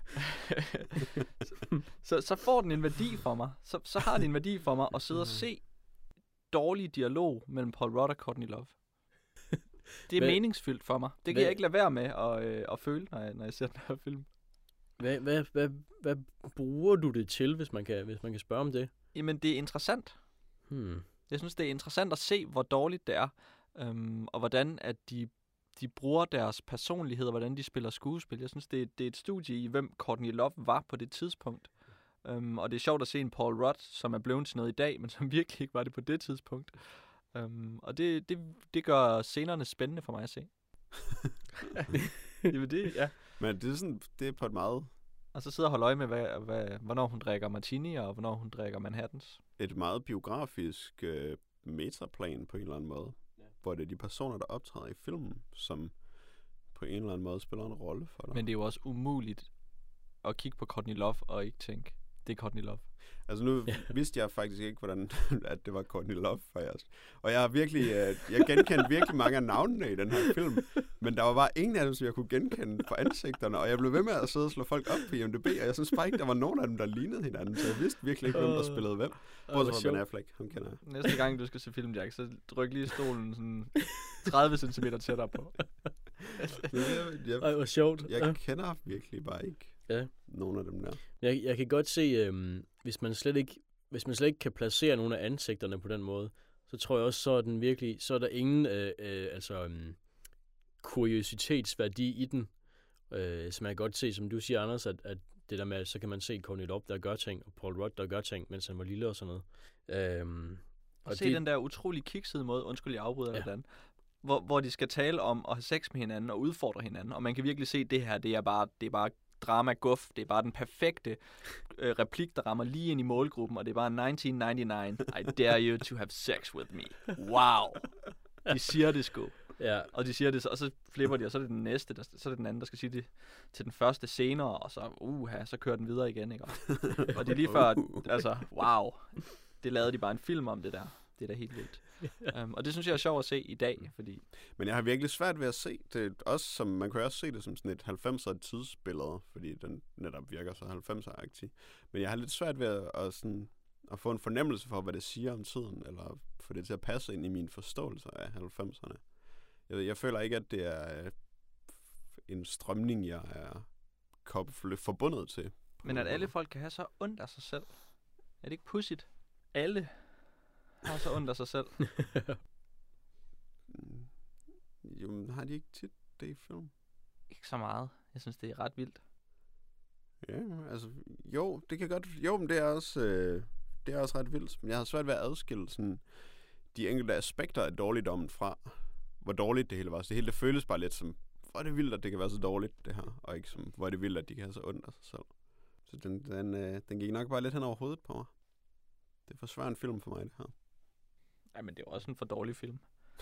så, så får den en værdi for mig. Så, så har det en værdi for mig at sidde og se dårlig dialog mellem Paul Rudd og Courtney Love. Det er hvad, meningsfyldt for mig. Det kan hvad, jeg ikke lade være med at, øh, at føle, når jeg, når jeg ser den her film. Hvad, hvad, hvad, hvad bruger du det til, hvis man kan, hvis man kan spørge om det? Jamen, det er interessant. Hmm. Jeg synes, det er interessant at se, hvor dårligt det er, øhm, og hvordan at de, de bruger deres personlighed, og hvordan de spiller skuespil. Jeg synes, det er, det er et studie i, hvem Courtney Love var på det tidspunkt. Um, og det er sjovt at se en Paul Rudd, som er blevet til noget i dag, men som virkelig ikke var det på det tidspunkt. Um, og det, det, det gør scenerne spændende for mig at se. Jamen det, ja. Men det er, sådan, det er på et meget... Og så sidder og holder øje med, hvad, hvad, hvornår hun drikker martini, og hvornår hun drikker Manhattans. Et meget biografisk øh, metaplan på en eller anden måde. Ja. Hvor det er de personer, der optræder i filmen, som på en eller anden måde spiller en rolle for dig. Men det er jo også umuligt at kigge på Courtney Love og ikke tænke, det er Courtney Love. Altså nu ja. vidste jeg faktisk ikke, hvordan at det var Courtney Love først. Og jeg har virkelig, øh, jeg genkendte virkelig mange af navnene i den her film. Men der var bare ingen af dem, som jeg kunne genkende på ansigterne. Og jeg blev ved med at sidde og slå folk op på I M D B. Og jeg synes bare ikke, der var nogen af dem, der lignede hinanden. Så jeg vidste virkelig ikke, hvem der spillede hvem. Bortset fra Ben Affleck, ham kender jeg. Næste gang, du skal se film, Jack, så ryk lige stolen sådan tredive centimeter tættere på. jeg, jeg, Ej, hvor sjovt. Jeg ja. kender virkelig bare ikke ja. nogen af dem der. Jeg, jeg kan godt se, øhm, hvis man slet ikke hvis man slet ikke kan placere nogle af ansigterne på den måde, så tror jeg også, så er den virkelig, så er der ingen øh, øh, altså um, kuriositetsværdi i den, øh, som jeg kan godt se, som du siger, Anders, at, at det der med, så kan man se Courtney Love, der gør ting, og Paul Rudd, der gør ting, mens han var lille og sådan noget. Øhm, og, og se det, den der utrolig kiksede måde, undskyld, jeg afbryder ja. Eller hvor, hvor de skal tale om at have sex med hinanden og udfordre hinanden, og man kan virkelig se, det her, det er bare, det er bare drama-guf. Det er bare den perfekte øh, replik, der rammer lige ind i målgruppen, og det er bare nitten nioghalvfems. I dare you to have sex with me. Wow. De siger det sgu. Ja. Og de siger det, og så flipper de, og så er det den næste, der, så er det den anden, der skal sige det til den første senere, og så, uha, så kører den videre igen, ikke? Og det er lige før, altså, wow. Det lavede de bare en film om, det der. Det er da helt vildt. um, og det synes jeg er sjovt at se i dag, fordi... Men jeg har virkelig svært ved at se det, også som, man kan også se det som sådan et halvfemser tidsbillede, fordi den netop virker så halvfemser-agtig. Men jeg har lidt svært ved at, at, sådan, at få en fornemmelse for, hvad det siger om tiden, eller få det til at passe ind i min forståelse af halvfemserne. Jeg, jeg føler ikke, at det er en strømning, jeg er koblet, forbundet til. Men at alle folk kan have så ondt af sig selv. Er det ikke pudsigt? Alle har så ondt af sig selv. Jo, har de ikke tit det i film? Ikke så meget. Jeg synes, det er ret vildt. Ja, altså, jo, det kan godt, jo, men det er også, øh, det er også ret vildt. Men jeg har svært ved at adskille sådan, de enkelte aspekter af dårligdommen fra, hvor dårligt det hele var. Så det hele, det føles bare lidt som, hvor er det vildt, at det kan være så dårligt, det her. Og ikke som, hvor er det vildt, at de kan have så ondt af sig selv. Så den, den, øh, den gik nok bare lidt hen over hovedet på mig. Det er for svær en film for mig, det her. Ej, men det er jo også en for dårlig film.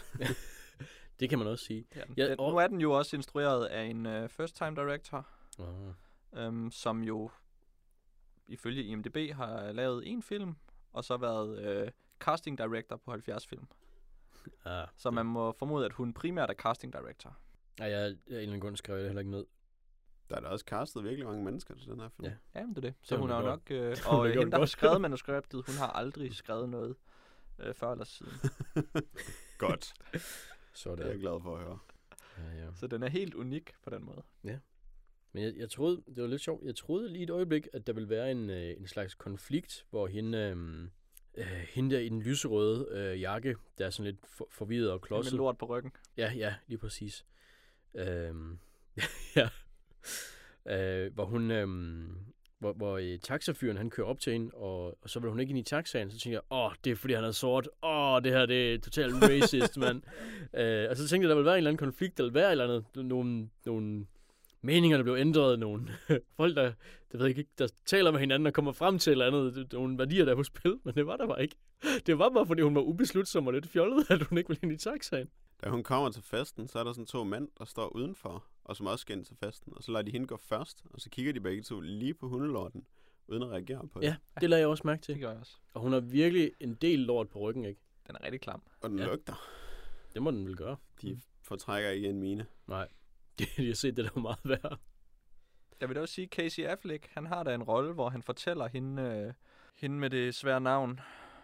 Det kan man også sige. Ja, Ja, den, og- nu er den jo også instrueret af en uh, first-time director, Oh. øhm, som jo ifølge I M D B har lavet en film, og så været øh, casting director på halvfjerds film. Ah, Så man må formode, at hun primært er casting director. Ej, jeg, jeg, af en eller anden grund skrev jeg det heller ikke ned. Der er da også castet virkelig mange mennesker til den her film. Ja. Ja, men det er det. Det Så har hun hun har jo gjort. nok... Øh, har og hun øh, gjort hende, der har godt. skrevet manuskriptet, hun har aldrig skrevet noget øh, før eller siden. Godt. Så Det er jeg glad for at høre. Ja, ja. Så den er helt unik på den måde. Men jeg, jeg troede, det var lidt sjovt, jeg troede lige et øjeblik, at der ville være en, øh, en slags konflikt, hvor hende, øh, øh, hende der i den lyserøde øh, jakke, der er sådan lidt for, forvirret og Med klodset. lort på ryggen. Ja, ja, lige præcis. Øhm, ja. Øh, hvor hun, øhm, hvor, hvor øh, taxafyren, han kører op til hende, og, og så vil hun ikke ind i taxaen, så tænker jeg, åh, det er fordi han er sort, åh, det her, det er totalt racist, mand. Øh, og så tænkte jeg, der vil være en eller anden konflikt, der vil være et eller andet, nogle, nogle meninger, der blev ændret, nogle folk, der, der, ved ikke, der taler med hinanden og kommer frem til et eller andet, nogle værdier, der er på spil, men det var der bare ikke. Det var bare, fordi hun var ubeslutsom og lidt fjollet, at hun ikke ville ind i taxaen. Da hun kommer til festen, så er der sådan to mænd, der står udenfor, og som også skal ind til festen. Og så lader de hende gå først, og så kigger de begge to lige på hundelorten, uden at reagere på det. Ja, det lagde jeg også mærke Det til. gør jeg også. Og hun har virkelig en del lort på ryggen, ikke? Den er rigtig klam. Og den Ja. ja. lugter. Det må den vel gøre. De fortrækker ikke en mine. Nej, de har set det der var meget værre. Jeg vil da også sige, Casey Affleck, han har da en rolle, hvor han fortæller hende, øh, hende med det svære navn,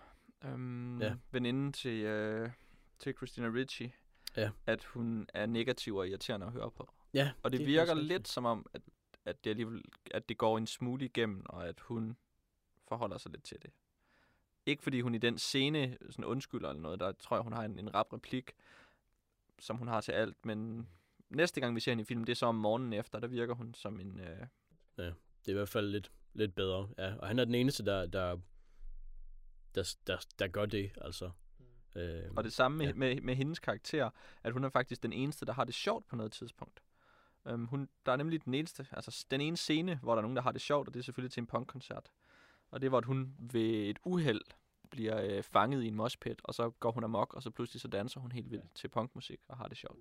øhm, Ja. veninden til, øh, til Christina Ricci, Ja. at hun er negativ og irriterende at høre på. Ja, Og det, det er virker faktisk lidt rigtigt. som om, at, at, det alligevel, at det går en smule igennem, og at hun forholder sig lidt til det. Ikke fordi hun i den scene sådan undskylder eller noget, der tror jeg, hun har en, en rap replik, som hun har til alt, men næste gang vi ser hende i filmen, det er så om morgenen efter, der virker hun som en... Øh, Det er i hvert fald lidt, lidt bedre. Ja. Og han er den eneste, der, der, der, der, der gør det, altså. Øh, Og det samme med, Ja. ja. med, med hendes karakter, at hun er faktisk den eneste, der har det sjovt på noget tidspunkt. Um, hun, der er nemlig den eneste, altså s- den ene scene, hvor der er nogen, der har det sjovt, og det er selvfølgelig til en punkkoncert. Og det er, hvor at hun ved et uheld bliver øh, fanget i en moshpit, og så går hun amok, og så pludselig så danser hun helt vildt ja. til punkmusik og har det sjovt.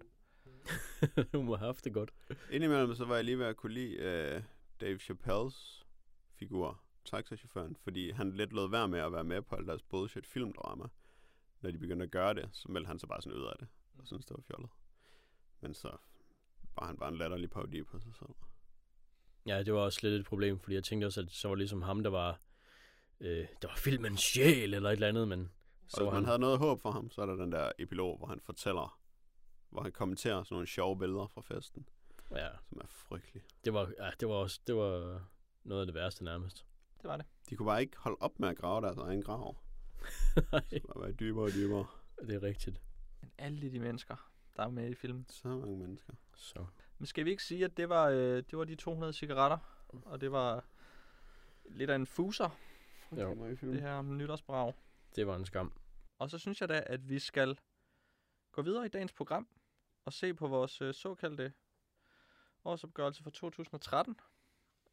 hun må have haft det godt. Indimellem så var jeg lige ved at kunne lide øh, Dave Chappelles figur, taxachaufføren, fordi han lidt lod være med at være med på alt deres bullshit filmdrama. Når de begyndte at gøre det, så meldte han sig bare sådan ud af det, og syntes, det var fjollet. Men så var han bare en latterlig parodi på sig selv. Ja, det var også lidt et problem, fordi jeg tænkte også, at så var det ligesom ham, der var, øh, der var filmens sjæl eller et eller andet, men så Og var hvis man han... havde noget håb for ham, så er der den der epilog, hvor han fortæller, hvor han kommenterer sådan nogle sjove billeder fra festen, Ja, som er frygtelige. det var, ja, det var også det var noget af det værste nærmest. Det var det. De kunne bare ikke holde op med at grave deres egen grav. Nej, Så bare være dybere og dybere. det er rigtigt. Men alle de mennesker, der er med i filmen. Så mange mennesker. Så. Men skal vi ikke sige, at det var, øh, det var de to hundrede cigaretter, og det var lidt af en fuser, Jo, det her nytårsbrag. det var en skam. Og så synes jeg da, at vi skal gå videre i dagens program og se på vores øh, såkaldte årsopgørelse for to tusind og tretten.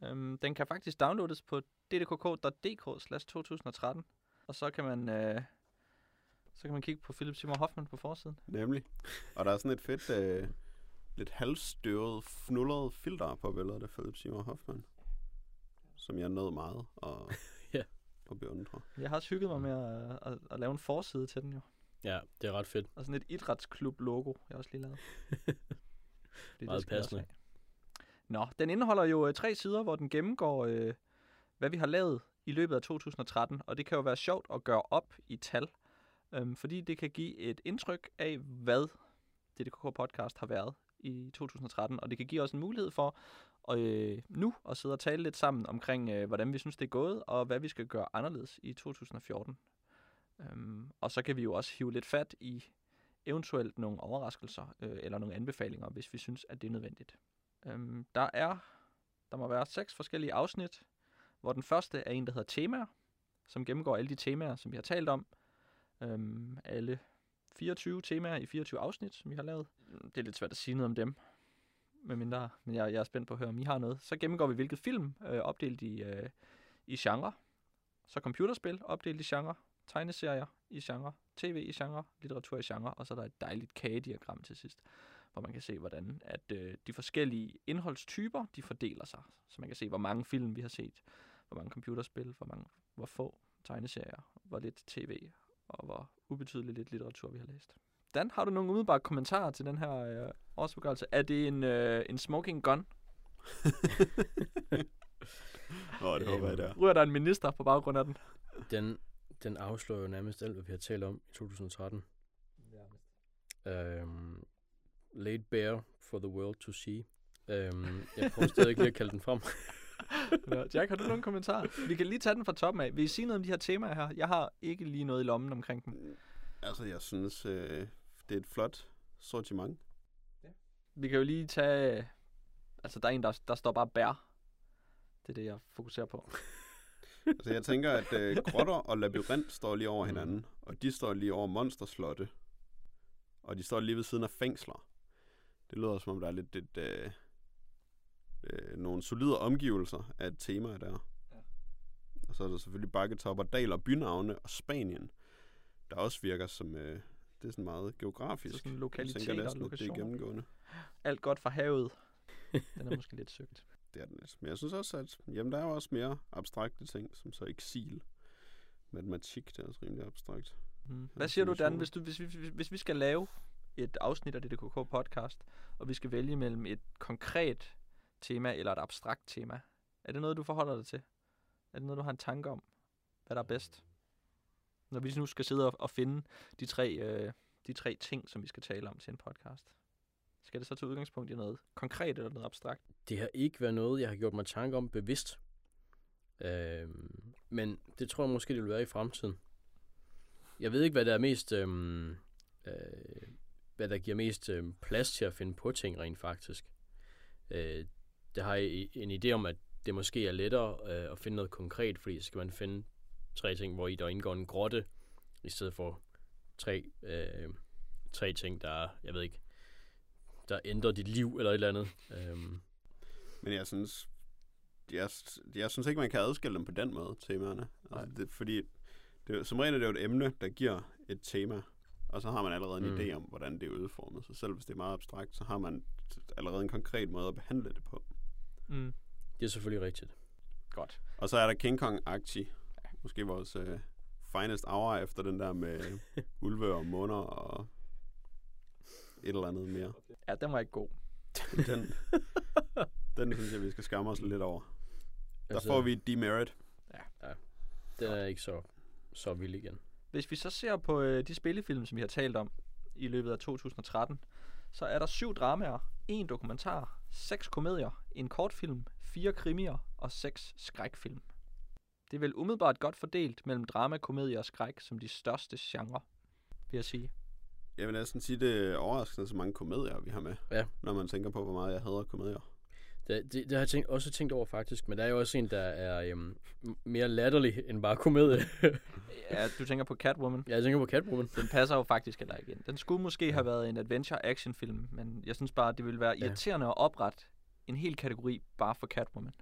Øhm, den kan faktisk downloades på d d k k punktum d k slash to tusind og tretten. Og så kan man øh, så kan man kigge på Philip Seymour Hoffman på forsiden. Nemlig. Og der er sådan et fedt, øh, lidt halvstøvet, fnullet filter på billedet af Philip Seymour Hoffman. Som jeg nød meget og, ja. og beundre. Jeg har også hygget mig med at, at, at lave en forside til den jo. Ja, det er ret fedt. Og sådan et idrætsklub-logo, jeg også lige lavet. Det, meget det passende. Nå, den indeholder jo øh, tre sider, hvor den gennemgår, øh, hvad vi har lavet i løbet af to tusind og tretten. Og det kan jo være sjovt at gøre op i tal, øhm, fordi det kan give et indtryk af, hvad D D K K podcast har været i to tusind og tretten. Og det kan give os en mulighed for øh, nu at sidde og tale lidt sammen omkring, øh, hvordan vi synes, det er gået, og hvad vi skal gøre anderledes i to tusind og fjorten. Øhm, og så kan vi jo også hive lidt fat i eventuelt nogle overraskelser øh, eller nogle anbefalinger, hvis vi synes, at det er nødvendigt. Øhm, der er, der må være seks forskellige afsnit, hvor den første er en, der hedder temaer, som gennemgår alle de temaer, som vi har talt om. Øhm, alle fireogtyve temaer i fireogtyve afsnit, som vi har lavet. Det er lidt svært at sige noget om dem, med mindre, men jeg, jeg er spændt på at høre, om I har noget. Så gennemgår vi, hvilket film øh, opdelt i, øh, i genre. Så computerspil opdelt i genre. Tegneserier i genre, tv i genre, litteratur i genre, og så er der et dejligt kagediagram til sidst, hvor man kan se, hvordan at, øh, de forskellige indholdstyper, de fordeler sig. Så man kan se, hvor mange film vi har set, hvor mange computerspil, hvor, mange, hvor få tegneserier, hvor lidt tv, og hvor ubetydeligt lidt litteratur vi har læst. Dan, har du nogle umiddelbare kommentarer til den her øh, årsbegørelse? Er det en, øh, en smoking gun? Åh, oh, det håber jeg, det er. Ryger der en minister på baggrund af den? Den, den afslører jo nærmest alt, hvad vi har talt om i to tusind og tretten. Ja. Um, laid bare for the world to see. Um, jeg prøver stadig lige at kalde den frem. Nå, Jack, har du nogle kommentarer? Vi kan lige tage den fra toppen af. Vil I sige noget om de her temaer her? Jeg har ikke lige noget i lommen omkring dem. Altså, jeg synes, øh, det er et flot sortiment. Ja. Vi kan jo lige tage... Altså, der er en, der, der står bare bær. Det er det, jeg fokuserer på. Altså, jeg tænker, at øh, grotter og labyrint står lige over hinanden, og de står lige over monsterslotte, og de står lige ved siden af fængsler. Det lyder som om, der er lidt et, øh, øh, nogle solide omgivelser af et tema der. Ja. Og så er der selvfølgelig bakketopper, dal og bynavne og Spanien, der også virker som, øh, det er sådan meget geografisk. Så sådan lokaliteter og lokationer. Det er gennemgående. Alt godt fra havet. Den er måske lidt søgt. Det er den lidt. Men jeg synes også, at jamen, der er også mere abstrakte ting, som så eksil. Matematik, det er også rimelig abstrakt. Mm. Hvad siger du, Dan, hvis, du, hvis, vi, hvis vi skal lave et afsnit af D D K K podcast, og vi skal vælge mellem et konkret tema eller et abstrakt tema, er det noget, du forholder dig til? Er det noget, du har en tanke om, hvad der er bedst? Når vi nu skal sidde og, og finde de tre, øh, de tre ting, som vi skal tale om til en podcast. Skal det så tage udgangspunkt i noget konkret eller noget abstrakt? Det har ikke været noget, jeg har gjort mig tanke om bevidst. Øhm, men det tror jeg måske, det vil være i fremtiden. Jeg ved ikke, hvad der er mest... Øhm, øh, hvad der giver mest øhm, plads til at finde på ting rent faktisk. Øh, det har jeg en idé om, at det måske er lettere øh, at finde noget konkret, fordi så skal man finde tre ting, hvor i der indgår en grotte, i stedet for tre, øh, tre ting, der, jeg ved ikke, der ændrer dit liv eller et eller andet. Um. Men jeg synes, jeg, jeg synes ikke, man kan adskille dem på den måde, temaerne. Altså, det, fordi det, som regel er det jo et emne, der giver et tema, og så har man allerede en mm. idé om, hvordan det er udformet. Så selv hvis det er meget abstrakt, så har man allerede en konkret måde at behandle det på. Mm. Det er selvfølgelig rigtigt. Godt. Og så er der King Kong-aktie. Måske vores uh, finest hour efter den der med ulve og måner og et eller andet mere. Ja, den var ikke god. Den, den synes jeg, vi skal skamme os lidt over. Der altså, får vi et demerit. Ja, ja. Den er ikke så, så vild igen. Hvis vi så ser på øh, de spillefilm, som vi har talt om i løbet af to tusind og tretten, så er der syv dramaer, en dokumentar, seks komedier, en kortfilm, fire krimier og seks skrækfilm. Det er vel umiddelbart godt fordelt mellem drama, komedie og skræk som de største genre, vil jeg sige. Jeg vil næsten sige, det er overraskende, så mange komedier, vi har med, ja. Når man tænker på, hvor meget jeg hader komedier. Det, det, det har jeg tænkt, også tænkt over faktisk, men der er jo også en, der er øhm, mere latterlig end bare komedie. Ja, du tænker på Catwoman? Ja, jeg tænker på Catwoman. Den passer jo faktisk heller ikke ind. Den skulle måske ja. have været en adventure-action-film, men jeg synes bare, det ville være irriterende ja. at oprette en hel kategori bare for Catwoman.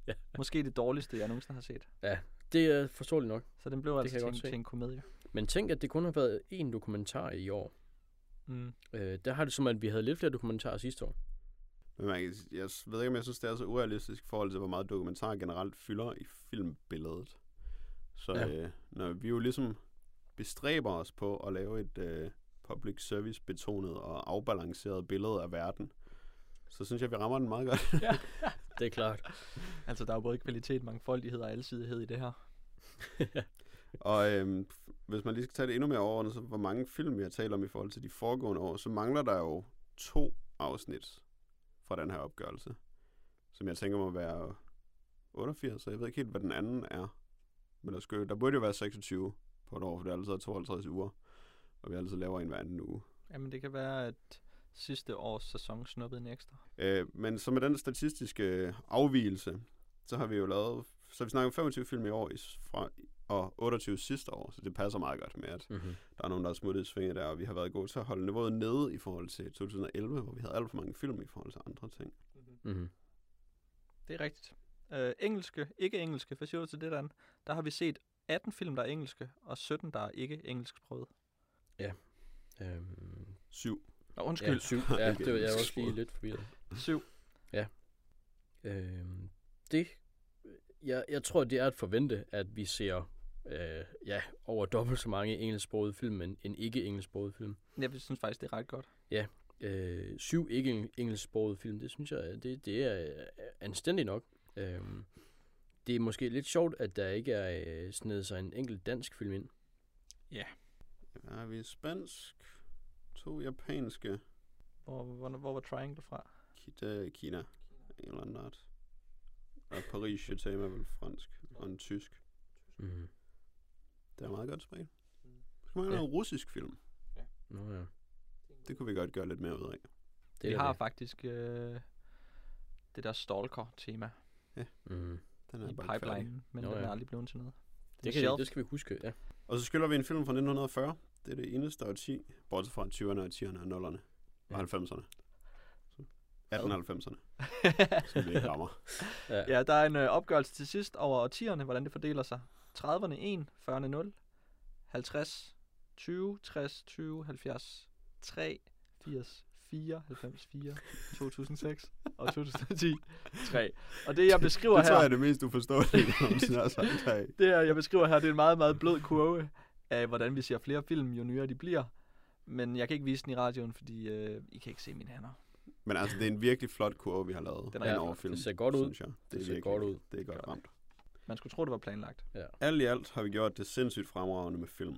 Ja. Måske det dårligste, jeg nogensinde har set. Det er forståeligt nok. Så den blev Det altså kan jeg til, godt en- se. til en komedie. Men tænk, at det kun har været én dokumentar i år. Mm. Øh, der har det som, at vi havde lidt flere dokumentarer sidste år. Men man, kan- jeg ved ikke, om jeg synes, det er så urealistisk i forhold til, hvor meget dokumentar generelt fylder i filmbilledet. Så Ja. øh, når vi jo ligesom bestræber os på at lave et øh, public service betonet og afbalanceret billede af verden, så synes jeg, vi rammer den meget godt. Det er klart. Altså, der er jo både kvalitet, mangfoldighed og alsidighed i det her. Og øhm, hvis man lige skal tage det endnu mere overordnet, så hvor mange film vi har talt om i forhold til de foregående år, så mangler der jo to afsnit fra den her opgørelse, som jeg tænker må være otteogfirs, så jeg ved ikke helt, hvad den anden er. Men der, skal, der burde jo være seksogtyve på et år, for det er altid tooghalvtreds uger, og vi altid laver en hver anden uge. Jamen, det kan være, at sidste års sæson snuppede en ekstra. Øh, men så med den statistiske afvigelse, så har vi jo lavet, så har vi snakket om femogtyve film i år i, fra, og otteogtyve sidste år, så det passer meget godt med, at Mm-hmm. der er nogen, der har smuttet i svinget der, og vi har været gode til at holde niveauet nede i forhold til to tusind og elleve, hvor vi havde alt for mange film i forhold til andre ting. Mm-hmm. Det er rigtigt. Øh, engelske, ikke engelske, hvad siger du til det, Dan? Der har vi set atten film, der er engelske, og sytten, der er ikke engelsksproget. Øhm, Nå, Syv. ja, undskyld. syv. Ja, Ikke det var jeg også engelsksproget. lige lidt forvirret. Syv. Øhm, det, jeg, jeg tror, det er at forvente, at vi ser øh, ja, over dobbelt så mange engelsksprogede film, end, end ikke-engelsksprogede film. Jeg synes faktisk, det er ret godt. Øh, syv ikke-engelsksprogede film, det synes jeg, det, det er øh, anstændigt nok. Øhm, det er måske lidt sjovt, at der ikke er øh, snedet sig en enkelt dansk film ind. Ja, har vi spansk, to japanske, Hvor, hvor, hvor var Triangle fra? Kita, Kina, en eller anden art. Og Paris, je tema vel fransk, og en tysk. Mm. Det er meget godt spredt. Så skal man have Ja. noget russisk film. Nå ja. Det kunne vi godt gøre lidt mere ud af. Det Vi er har det. faktisk øh, det der Stalker-tema Mm. Den er i bare ikke færdig. pipelinen, men Nå, den er ja. aldrig blevet til noget. Det, Den kan, shelf. det skal vi huske, ja. Og så skylder vi en film fra nitten fyrre. Det er det eneste årti, bortset fra tyverne og tierne og nullerne. Og Ja. halvfemserne. Så atten halvfemserne. Skal vi ikke rammer. Ja, der er en øh, opgørelse til sidst over årtierne, hvordan det fordeler sig. trediverne en, fyrrerne nul, halvtreds, tyve, tres, tyve, halvfjerds, tre, firs, fire, halvfems, fire, to tusind og seks og to tusind og ti, tre. Og det jeg beskriver Det tror her, jeg er det mest uforståelige, jeg nogensinde har sagt her i. det jeg beskriver her, det er en meget, meget blød kurve af, hvordan vi ser flere film, jo nyere de bliver. Men jeg kan ikke vise den i radioen, fordi øh, I kan ikke se mine hænder. Men altså, det er en virkelig flot kurve, vi har lavet. Den er hen rigtig over flot. film, Det ser godt ud. Synes jeg. Det, Det er ser virkelig, godt ud. Det er godt Gør ramt. Man skulle tro, det var planlagt. Ja. Alt i alt har vi gjort det sindssygt fremragende med film.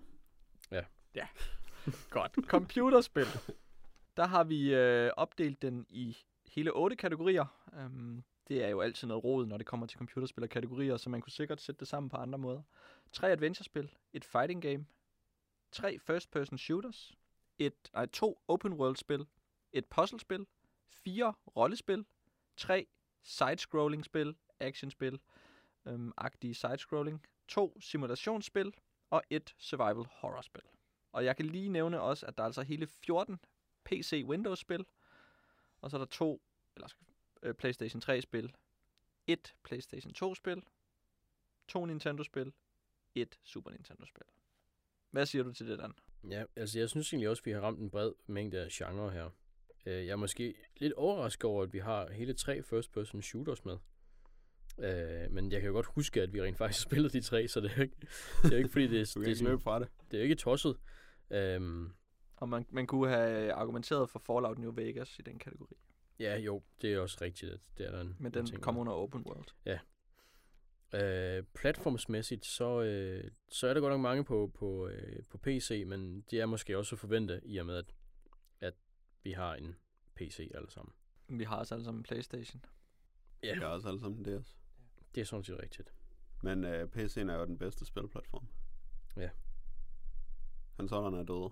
Godt. Computerspil. Der har vi øh, opdelt den i hele otte kategorier. Um, det er jo altid noget rod, når det kommer til computerspil og kategorier, så man kunne sikkert sætte det sammen på andre måder. Tre adventure-spil, et fighting game, tre first-person shooters, et, nej, to open-world-spil, et puzzlespil, fire rollespil, tre side-scrolling-spil, actionspil, øhm, agtige side-scrolling, to simulationsspil og et survival-horror-spil. Og jeg kan lige nævne også, at der er altså hele fjorten P C Windows-spil, og så er der to eller, øh, PlayStation tre-spil, et PlayStation to-spil, to Nintendo-spil, et Super Nintendo-spil. Hvad siger du til det, Dan? Ja, altså jeg synes egentlig også, at vi har ramt en bred mængde af genre her. Øh, Jeg er måske lidt overrasket over, at vi har hele tre first-person shooters med. Øh, men jeg kan jo godt huske, at vi rent faktisk spillede de tre, så det er jo ikke, det er jo ikke fordi, det er, Du kan det er, ikke sådan, løbe fra det. det er jo ikke tosset. Øhm, Og man, man kunne have argumenteret for Fallout New Vegas i den kategori. ja, jo, det er også rigtigt, at det er der en, Men en den ting kommer med. under Open World. Øh, platformsmæssigt, så, øh, så er der godt nok mange på, på, øh, på P C, men det er måske også at forvente, i og med, at, at vi har en P C alle sammen. Vi har også alle sammen en PlayStation. Ja, Vi har også alle sammen det også. det er sådan set rigtigt. Men uh, P C'en er jo den bedste spilplatform. Ja. Han sådan er død.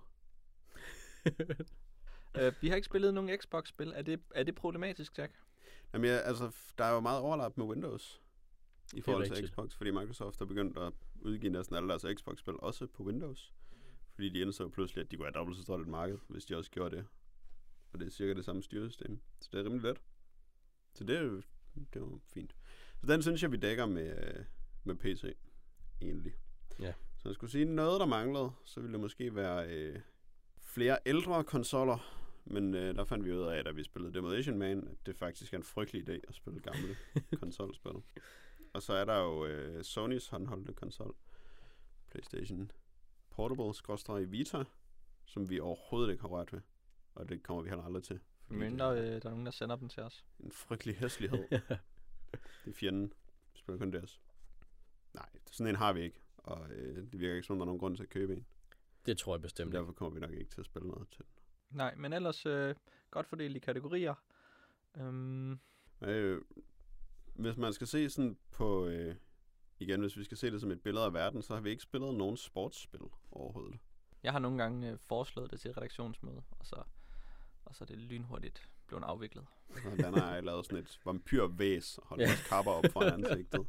uh, vi har ikke spillet nogen Xbox-spil. Er det, er det problematisk, Jack? Jamen ja, altså, f- der er jo meget overlap med Windows i forhold til rigtigt. Xbox, fordi Microsoft har begyndt at udgive næsten alle deres Xbox-spil også på Windows. Fordi de indså pludselig, at de kunne have dobbelt så stort et marked, hvis de også gjorde det. Og det er cirka det samme styresystem. Så det er rimelig let. Så det er jo det var fint. Så den synes jeg, vi dækker med, øh, med P C, egentlig. Ja. Så jeg skulle sige noget, der manglede, så ville det måske være øh, flere ældre konsoller. Men øh, der fandt vi ud af, da vi spillede Demolition Man, at det faktisk er en frygtelig idé at spille gamle konsolspil. Og så er der jo øh, Sonys håndholdte konsol, PlayStation Portable Vita, som vi overhovedet ikke har rørt ved. Og det kommer vi heller aldrig til. Men der, øh, der er nogen, der sender dem til os. En frygtelig hæslighed. Det er fjenden. Vi spiller kun deres. Nej, sådan en har vi ikke. Og øh, det virker ikke som, der er nogen grund til at købe en. Det tror jeg bestemt Så derfor kommer vi nok ikke til at spille noget til den. Nej, men ellers øh, godt fordelt i kategorier. Øhm, Øh, hvis man skal se sådan på... Øh, igen, hvis vi skal se det som et billede af verden, så har vi ikke spillet nogen sportsspil overhovedet. jeg har nogle gange øh, foreslået det til et redaktionsmøde, og så, og så er det lynhurtigt blevet afviklet. Så den har jeg lavet sådan et vampyrvæs og holdt Ja. vores kapper op foran ansigtet.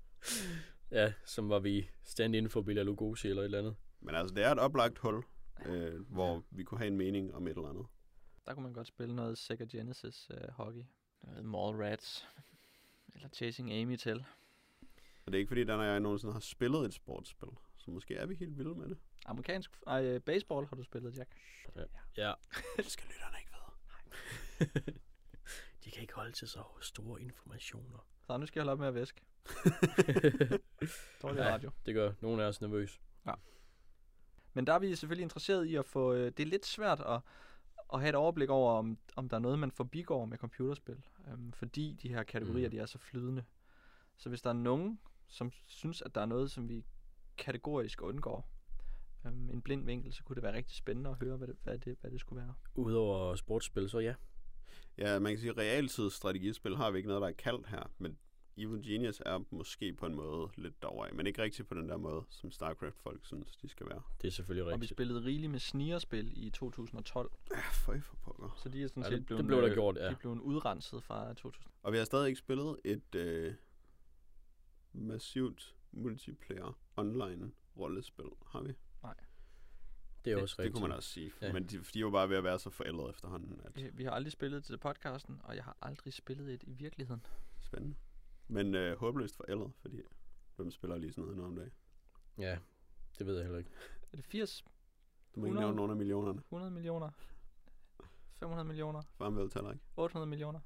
Ja, som var vi stand inden for Bela Lugosi eller et eller andet. Men altså, det er et oplagt hul, øh, hvor vi kunne have en mening om et eller andet. Der kunne man godt spille noget Sega Genesis øh, hockey. Noget Mallrats. Eller Chasing Amy til. Og det er ikke fordi, Dan og jeg nogensinde har spillet et sportsspil. Så måske er vi helt vilde med det. Amerikansk... Ej, øh, baseball har du spillet, Jack. Ja. Det skal lytterne ikke vide. De kan ikke holde til så store informationer. Så nu skal jeg holde op med at væske. Dårlig Ja. radio. Det gør nogen af os nervøs. Men der er vi selvfølgelig interesseret i at få... Øh, det er lidt svært at, at have et overblik over, om, om der er noget, man forbigår med computerspil. Øhm, fordi de her kategorier, Mm. de er så flydende. Så hvis der er nogen, som synes, at der er noget, som vi kategorisk undgår, øhm, en blind vinkel, så kunne det være rigtig spændende at høre, hvad det, hvad det, hvad det skulle være. Udover sportsspil, så ja. Ja, man kan sige, at realtidsstrategispil har vi ikke noget, der er kaldt her. Men Evil Genius er måske på en måde lidt derovre, men ikke rigtig på den der måde, som StarCraft-folk synes, de skal være. Det er selvfølgelig Og vi rigtigt. spillede rigeligt med sneerspil i to tusind og tolv, Ja, føj for pokker. så de er sådan Ja, set det- blevet, det blev der øh, gjort, ja. de er blevet udrenset fra to tusind. Og vi har stadig ikke spillet et øh, massivt multiplayer online rollespil, har vi? Det er det- også Det rigtigt. kunne man også sige. Ja. Ja. Men de, de er jo bare ved at være så forældrede efterhånden, at Vi, vi har aldrig spillet til podcasten, og jeg har aldrig spillet et i virkeligheden. spændende. Men øh, håbløst forældret, fordi hvem spiller lige sådan noget nu om dagen? Ja, det ved jeg heller ikke. Er det firs, Du må ikke hundrede? nævne nogen af millionerne. hundrede millioner, fem hundrede millioner, Faren vel taler ikke. otte hundrede millioner?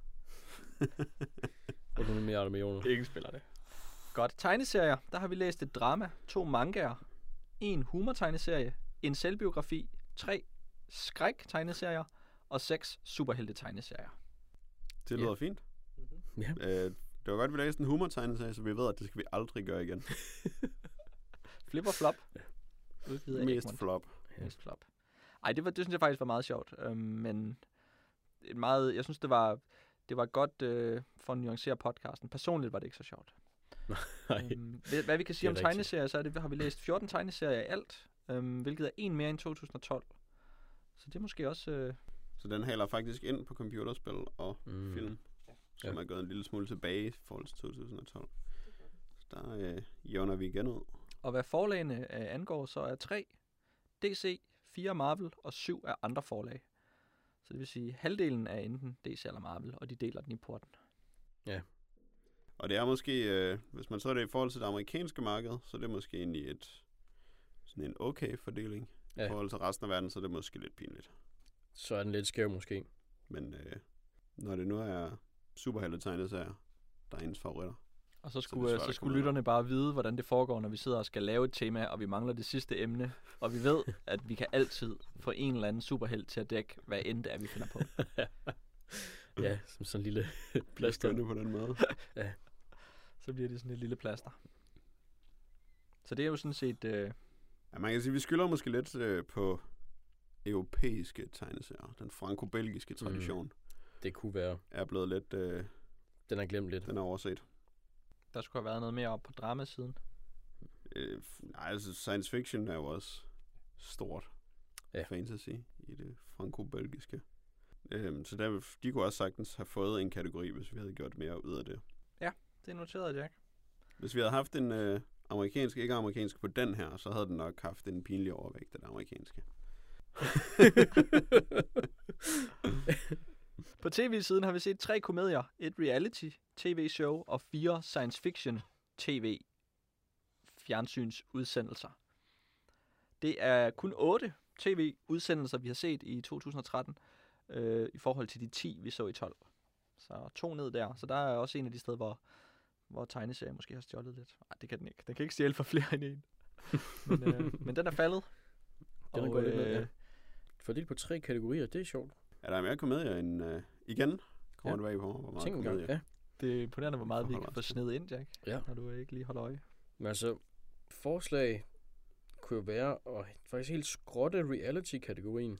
otte hundrede milliarder millioner. Ingen spiller det. Godt. Tegneserier. Der har vi læst et drama, to mangaer, en humor-tegneserie, en selvbiografi, tre skræk-tegneserier og seks superhelte-tegneserier. Det Ja. lyder fint. Ja. Øh, det var godt, vi læste en humortegneserie, så vi ved, at det skal vi aldrig gøre igen. Flip og flop. Udgivet af Mest Egmont. flop. Mest flop. Ej, det, var, det synes jeg faktisk var meget sjovt. Øhm, men et meget, jeg synes, det var, det var godt øh, for at nuancere podcasten. Personligt var det ikke så sjovt. Nej. Øhm, hvad, hvad vi kan sige om Det er rigtigt. tegneserier, så er det, har vi læst fjorten tegneserier i alt, øhm, hvilket er en mere end to tusind og tolv. Så det er måske også... Øh, Så den haler faktisk ind på computerspil og Mm. mm. film, som Ja. er gået en lille smule tilbage i forhold til to tusind og tolv. Så der øh, jævner vi igen ud. og hvad forlagene øh, angår, så er tre D C, fire Marvel og syv er andre forlag. Så det vil sige, halvdelen er enten D C eller Marvel, og de deler den i porten. Og det er måske, øh, hvis man så det i forhold til det amerikanske marked, så er det måske egentlig et, sådan en okay fordeling. Ja. I forhold til resten af verden, så er det måske lidt pinligt. Så er den lidt skæv måske. Men øh, når det nu er superhelte-tegneserier, der er ens favoritter. Og så det skulle, er så, svært så at skulle komme ud af. lytterne bare vide, hvordan det foregår, når vi sidder og skal lave et tema, og vi mangler det sidste emne. Og vi ved, at vi kan altid få en eller anden superhelt til at dække, hvad end det er, vi finder på. Ja, som sådan en lille Bliver plaster. skønne på den måde. Så bliver det sådan et lille plaster. Så det er jo sådan set... Øh, Ja, man kan sige, at vi skylder måske lidt øh, på europæiske tegneserier. Den franco-belgiske tradition mm. Det kunne være. er blevet lidt, øh, Den er glemt lidt. den er overset. der skulle have været noget mere op på dramasiden. Øh, f- nej, altså science fiction er jo også stort. Ja. Fantasy i det franco-belgiske. Øh, så der, de kunne også sagtens have fået en kategori, hvis vi havde gjort mere ud af det. Det er noteret, Jack. Hvis vi havde haft en øh, amerikansk, ikke amerikansk på den her, så havde den nok haft en pinlig overvægt, den amerikanske. På tv-siden har vi set tre komedier, et reality-tv-show og fire science fiction tv-fjernsynsudsendelser. Det er kun otte tv-udsendelser, vi har set i to tusind og tretten, øh, i forhold til de ti, vi så i tolv. Så to ned der. Så der er også en af de steder, hvor, hvor tegneserien måske har stjålet lidt. Nej, det kan den ikke. Den kan ikke stjæle for flere end en. men, øh, men den er faldet. Den er og, godt øh, ned, ja. Fordelt på tre kategorier, det er sjovt. Er der mere komedier end øh, igen? Kommer det bag på, hvor meget Tænk engang, komedier? ja. Det er imponerende, hvor meget vi Forholder kan få os til. sned ind, Jack. Ja. Når du ikke lige holder øje. Men altså, forslag kunne jo være at faktisk helt skrotte reality-kategorien.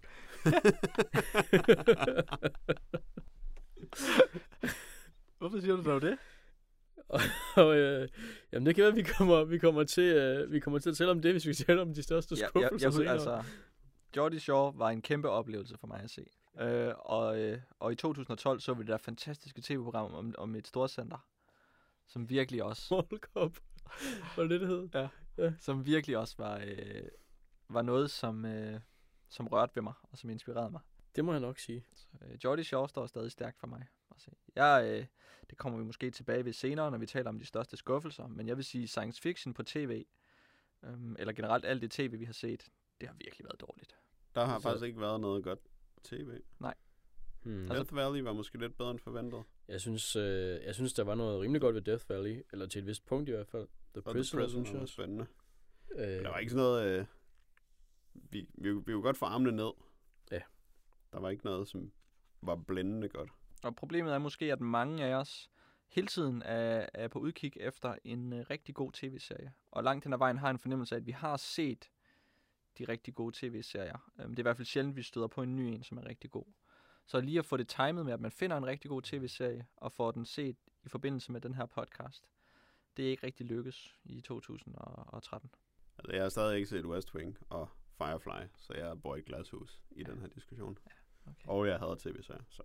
Hvorfor siger du dog det? og øh, jamen det kan være, at vi kommer, vi kommer til, øh, vi kommer til at tale om det, hvis vi taler om de største Ja, skuffelser jeg, jeg, senere. altså, Geordie Shore var en kæmpe oplevelse for mig at se. Øh, og, øh, og i to tusind og tolv så vi det der fantastiske tv-program om, om et storcenter, som virkelig også, World Cup. Hvad er det, det hed? ja, som virkelig også var, øh, var noget, som, øh, som rørte ved mig, og som inspirerede mig. Det må jeg nok sige. Så, øh, Geordie Shore står stadig stærkt for mig at se. Jeg, øh, det kommer vi måske tilbage ved senere, når vi taler om de største skuffelser, men jeg vil sige, science fiction på tv, øh, eller generelt alt det tv, vi har set, det har virkelig været dårligt. Der har Altså- faktisk ikke været noget godt tv. Hmm. Altså- Death Valley var måske lidt bedre end forventet. Jeg synes, øh, jeg synes, der var noget rimelig godt ved Death Valley, eller til et vist punkt i hvert fald. The Og Prisoner, The synes Prisoner jeg var også. spændende. Øh, Men der var ikke sådan noget... Øh, vi, vi, vi kunne godt få armene ned. Ja. Der var ikke noget, som var blændende godt. Og problemet er måske, at mange af os hele tiden er, er på udkig efter en uh, rigtig god tv-serie. Og langt hen ad vejen har en fornemmelse af, at vi har set de rigtig gode tv-serier. Um, det er i hvert fald sjældent, vi støder på en ny en, som er rigtig god. Så lige at få det timet med, at man finder en rigtig god tv-serie, og får den set i forbindelse med den her podcast, det er ikke rigtig lykkes i to tusind og tretten. Altså, jeg har stadig ikke set West Wing og Firefly, så jeg bor i et glashus i den her diskussion. Okay. Og jeg hader tv-serier, så...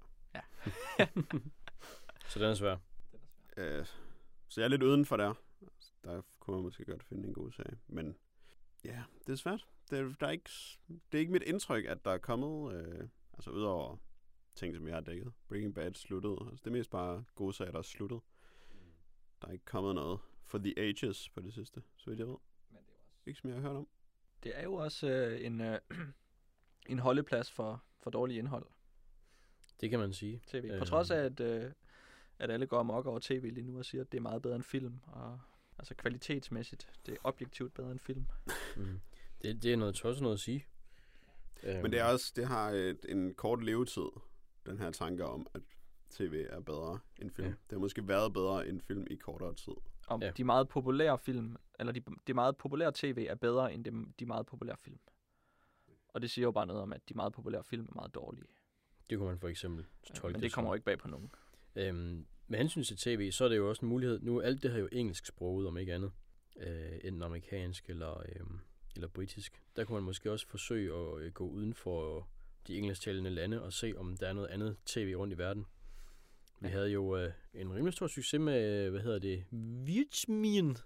Så den er svær. Øh, så jeg er lidt uden for der. Der kunne man måske godt finde en god serie. Men ja, det er svært. Det er, der er ikke, det er ikke mit indtryk, at der er kommet, øh, altså udover ting, som jeg har dækket. Breaking Bad sluttede. Altså, det er mest bare gode serier, der er sluttet. Der er ikke kommet noget for the ages på det sidste, så vidt jeg ved. Men det er også... Ikke som jeg har hørt om. Det er jo også øh, en, øh, en holdeplads for, for dårlig indhold. Det kan man sige. tv. På Øh. trods af, at, øh, at alle går amok over tv lige nu og siger, at det er meget bedre end film. Og, altså kvalitetsmæssigt, det er objektivt bedre end film. Mm. Det, det er noget tosset noget at sige. Men det er også, det har et, en kort levetid, den her tanke om, at tv er bedre end film. Ja. Det har måske været bedre end film i kortere tid. Og Ja. de meget populære film, eller de, de meget populære tv er bedre end de, de meget populære film. Og det siger jo bare noget om, at de meget populære film er meget dårlige. Det kunne man for eksempel tolke Men det kommer jo ikke bag på nogen. Øhm, med hensyn til tv, så er det jo også en mulighed. Nu alt det her er jo engelsk sproget, om ikke andet. Øh, enten amerikansk eller, øhm, eller britisk. Der kunne man måske også forsøge at øh, gå uden for de engelsktalende lande og se, om der er noget andet tv rundt i verden. Vi Ja. havde jo øh, en rimelig stor succes med, hvad hedder det, Virtsmien.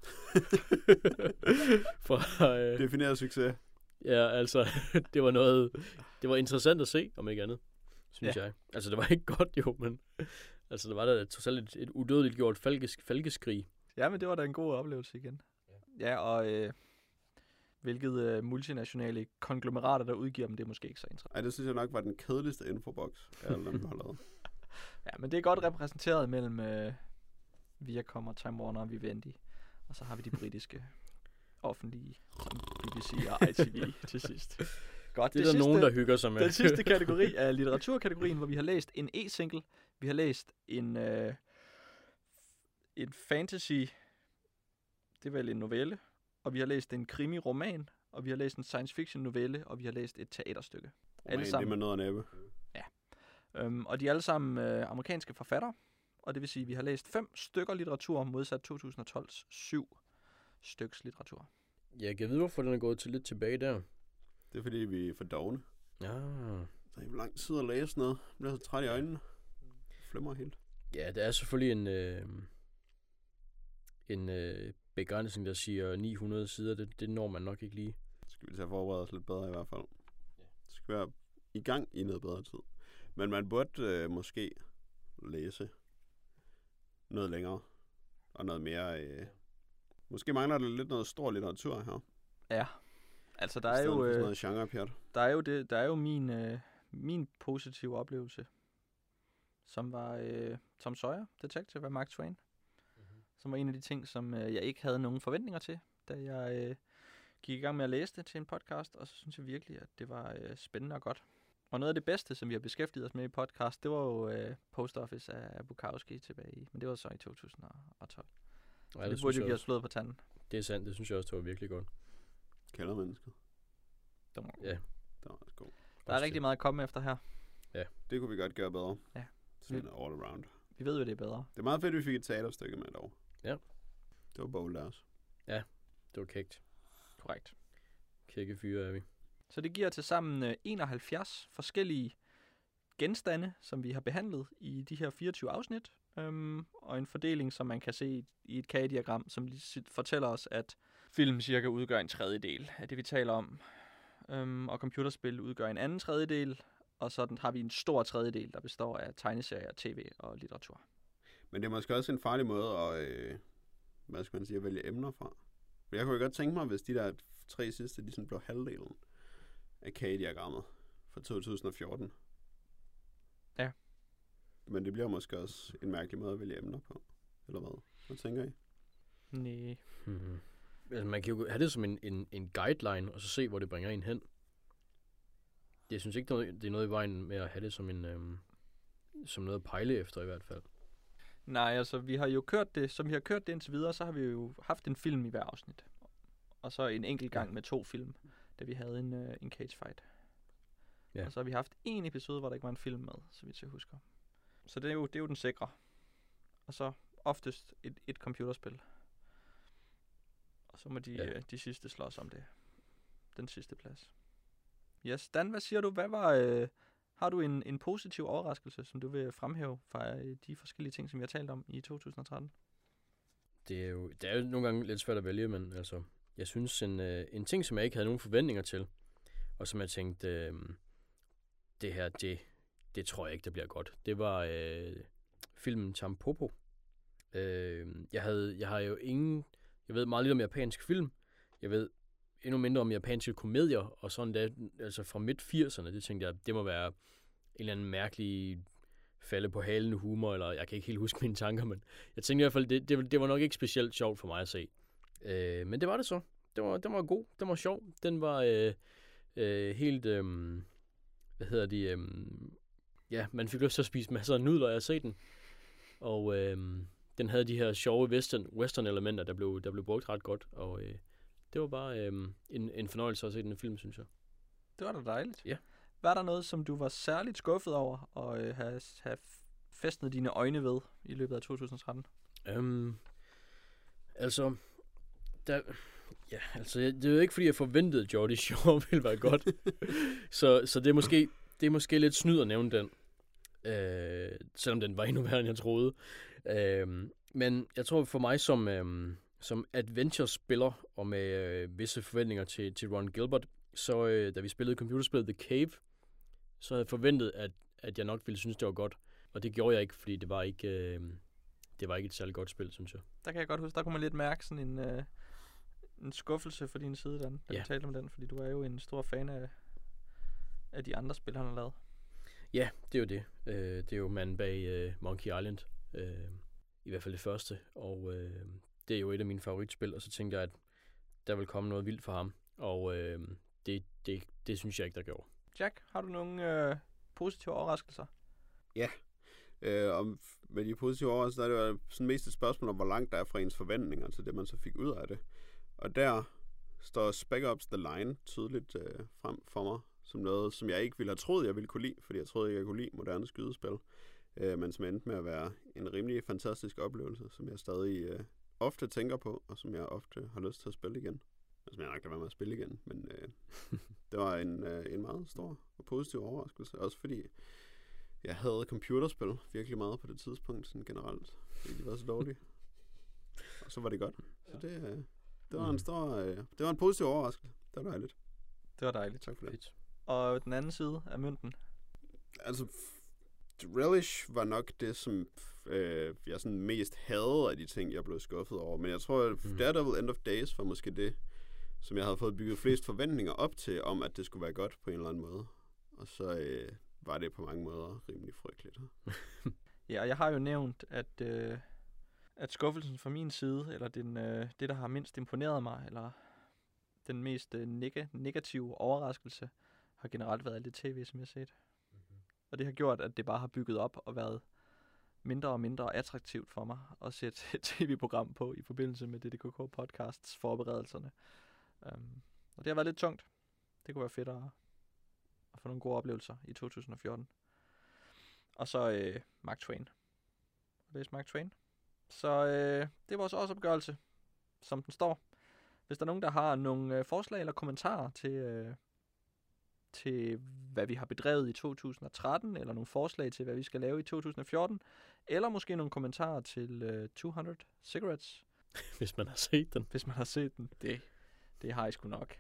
Fra, øh, Defineret succes. ja, altså, det var noget, det var interessant at se, om ikke andet, synes Ja. jeg. Altså, det var ikke godt jo, men altså, der var der trods alt et, et udødeligt gjort falkesk, falkeskrig. Ja, men det var da en god oplevelse igen. Ja, og øh, hvilket øh, multinationale konglomerater, der udgiver dem, det er måske ikke så interessant. Ej, det synes jeg nok var den kedeligste infobox, af alle dem, der har lavet. Ja, men det er godt repræsenteret mellem øh, Viacom og Time Warner og Vivendi. Og så har vi de britiske offentlige, som B B C og I T V til sidst. Godt, Det er der sidste, nogen, der hygger sig med. Den sidste kategori er litteraturkategorien, hvor vi har læst en e-single, vi har læst en, øh, en fantasy, det er vel en novelle, og vi har læst en krimi-roman, og vi har læst en science fiction novelle, og vi har læst et teaterstykke. Roman, det er sammen. med noget at næppe. Øhm, og de er alle sammen øh, amerikanske forfattere, og det vil sige, at vi har læst fem stykker litteratur, modsat to tusind og tolvs syv styks litteratur. Jeg kan vide, hvorfor den er gået til lidt tilbage der. Det er fordi, vi er for dogne. Ja, Så er det lang tid at læse noget. Jeg bliver så træt i øjnene. Flimmer helt. ja der er selvfølgelig en, øh, en øh, begrænsning, der siger ni hundrede sider. Det, det når man nok ikke lige. Så skal vi til at forberede os lidt bedre i hvert fald. Så skal vi være i gang i noget bedre tid. Men man burde øh, måske læse noget længere, og noget mere... Øh, måske mangler der lidt noget stor litteratur her. Ja, altså der er jo... Øh, noget genre-pjat. Der er jo, det, der er jo min, øh, min positive oplevelse, som var øh, Tom Sawyer, Detective af Mark Twain. Mm-hmm. Som var en af de ting, som øh, jeg ikke havde nogen forventninger til, da jeg øh, gik i gang med at læse det til en podcast, og så synes jeg virkelig, at det var øh, spændende og godt. Og noget af det bedste, som vi har beskæftiget os med i podcast, det var jo øh, Post Office af Bukowski tilbage i, men det var så i to tusind og tolv. Ja, det, det burde jo give os slået på tanden. Det er sandt, det synes jeg også, det var virkelig godt. Kældermennesket. Det var ja. Det var også god. Der er rigtig meget at komme efter her. Ja. Det kunne vi godt gøre bedre. Ja. Sådan all around. Vi ved jo, det er bedre. Det er meget fedt, at vi fik et teaterstykke med dog. Ja. Det var bold også. Ja, det var kægt. Korrekt. Kækkefyre er vi. Så det giver til sammen enoghalvfjerds forskellige genstande, som vi har behandlet i de her fireogtyve afsnit. Øhm, og en fordeling, som man kan se i et kagediagram, som fortæller os, at film cirka udgør en tredjedel af det, vi taler om. Øhm, og computerspil udgør en anden tredjedel. Og sådan har vi en stor tredjedel, der består af tegneserier, tv og litteratur. Men det er måske også en farlig måde at, øh, hvad skal man sige, at vælge emner fra. For jeg kunne jo godt tænke mig, hvis de der tre sidste, de sådan blev halvdelen af kagediagrammet fra to tusind og fjorten. Ja. Men det bliver måske også en mærkelig måde at vælge emner på. Eller hvad? Hvad tænker I? Nej. Hmm. Altså, man kan jo have det som en, en, en guideline, og så se, hvor det bringer en hen. Jeg synes ikke, det er noget i vejen med at have det som en øhm, som noget at pejle efter i hvert fald. Nej, altså vi har jo kørt det, som vi har kørt det indtil videre, så har vi jo haft en film i hver afsnit. Og så en enkelt gang med to film, da vi havde en, uh, en cage fight. Ja. Og så har vi haft en episode, hvor der ikke var en film med, så vidt jeg husker. Så det er jo, det er jo den sikre. Og så oftest et, et computerspil. Og så må de, ja. uh, de sidste slås om det. Den sidste plads. Yes, Dan, hvad siger du? Hvad var, øh, har du en, en positiv overraskelse, som du vil fremhæve fra øh, de forskellige ting, som vi har talt om i to tusind og tretten? Det er jo, det er jo nogle gange lidt svært at vælge, men altså, jeg synes, en, øh, en ting, som jeg ikke havde nogen forventninger til, og som jeg tænkte, øh, det her, det, det tror jeg ikke, der bliver godt. Det var øh, filmen Tampopo. Øh, jeg, havde, jeg har jo ingen, jeg ved meget lidt om japansk film. Jeg ved endnu mindre om japanske komedier, og sådan der, altså fra midt firserne, det tænkte jeg, det må være en eller anden mærkelig falde på halen humor, eller jeg kan ikke helt huske mine tanker, men jeg tænkte i hvert fald, det, det, det var nok ikke specielt sjovt for mig at se. Øh, men det var det så. Det var, den var god, den var sjov, den var øh, øh, helt, øh, hvad hedder de, øh, ja, man fik lyst til at spise masser af nudler af at se den, og øh, den havde de her sjove western, western elementer, der blev, der blev brugt ret godt, og øh, det var bare øhm, en, en fornøjelse at se den film, synes jeg. Det var da dejligt. Ja. Var der noget, som du var særligt skuffet over at øh, have, have fæstnet dine øjne ved i løbet af to tusind og tretten? Øhm, altså, der, ja, altså, det er jo ikke, fordi jeg forventede, at Geordie Shore ville være godt. så, så det er måske, det er måske lidt snyd at nævne den. Øh, selvom den var endnu værre, end jeg troede. Øh, men jeg tror for mig som... Øh, Som adventure-spiller, og med øh, visse forventninger til, til Ron Gilbert, så øh, da vi spillede computerspillet The Cave, så havde jeg forventet, at, at jeg nok ville synes, det var godt. Og det gjorde jeg ikke, fordi det var ikke, øh, det var ikke et særligt godt spil, synes jeg. Der kan jeg godt huske, der kunne man lidt mærke sådan en, øh, en skuffelse for din side, Dan, da ja. vi talte om den, fordi du er jo en stor fan af, af de andre spil, han har lavet. Ja, det er jo det. Øh, det er jo manden bag øh, Monkey Island, øh, i hvert fald det første, og... Øh, det er jo et af mine favoritspil, og så tænkte jeg, at der vil komme noget vildt for ham. Og øh, det, det, det synes jeg ikke, der gjorde. Jack, har du nogle øh, positive overraskelser? Ja. Øh, og med de positive overraskelser, er det jo sådan mest et spørgsmål om, hvor langt der er fra ens forventninger til det, man så fik ud af det. Og der står Spec Ops The Line tydeligt øh, frem for mig, som noget, som jeg ikke ville have troet, jeg ville kunne lide, fordi jeg troede ikke, jeg kunne lide moderne skydespil. Øh, men som endte med at være en rimelig fantastisk oplevelse, som jeg stadig... Øh, ofte tænker på, og som jeg ofte har lyst til at spille igen. Altså, jeg nok lade være med at spille igen, men øh, det var en, øh, en meget stor og positiv overraskelse. Også fordi jeg havde computerspil virkelig meget på det tidspunkt, sådan generelt, fordi de var så dårlige. Og så var det godt. Så det, øh, det var en stor, øh, det var en positiv overraskelse. Det var dejligt. Det var dejligt. Tak for det. Og den anden side af mønten? Altså, Relish var nok det, som øh, jeg sådan mest havde af de ting, jeg blev skuffet over. Men jeg tror, at Mm. Daredevil End of Days var måske det, som jeg havde fået bygget flest forventninger op til, om at det skulle være godt på en eller anden måde. Og så øh, var det på mange måder rimelig frygteligt. Ja, og jeg har jo nævnt, at, øh, at skuffelsen fra min side, eller den, øh, det, der har mindst imponeret mig, eller den mest øh, neg- negative overraskelse, har generelt været alt det tv, som jeg har set. Mm-hmm. Og det har gjort, at det bare har bygget op og været mindre og mindre attraktivt for mig at sætte et tv-program på i forbindelse med D D K K-podcasts forberedelserne. Um, og det har været lidt tungt. Det kunne være fedt at, at få nogle gode oplevelser i to tusind og fjorten. Og så øh, Mark Twain. Læs Mark Twain. Så øh, det er vores årsopgørelse, som den står. Hvis der er nogen, der har nogle øh, forslag eller kommentarer til, øh, til, hvad vi har bedrevet i to tusind og tretten, eller nogle forslag til, hvad vi skal lave i to tusind og fjorten, eller måske nogle kommentarer til øh, to hundrede Cigarettes, Hvis man har set den. hvis man har set den. Det, det har I sgu nok.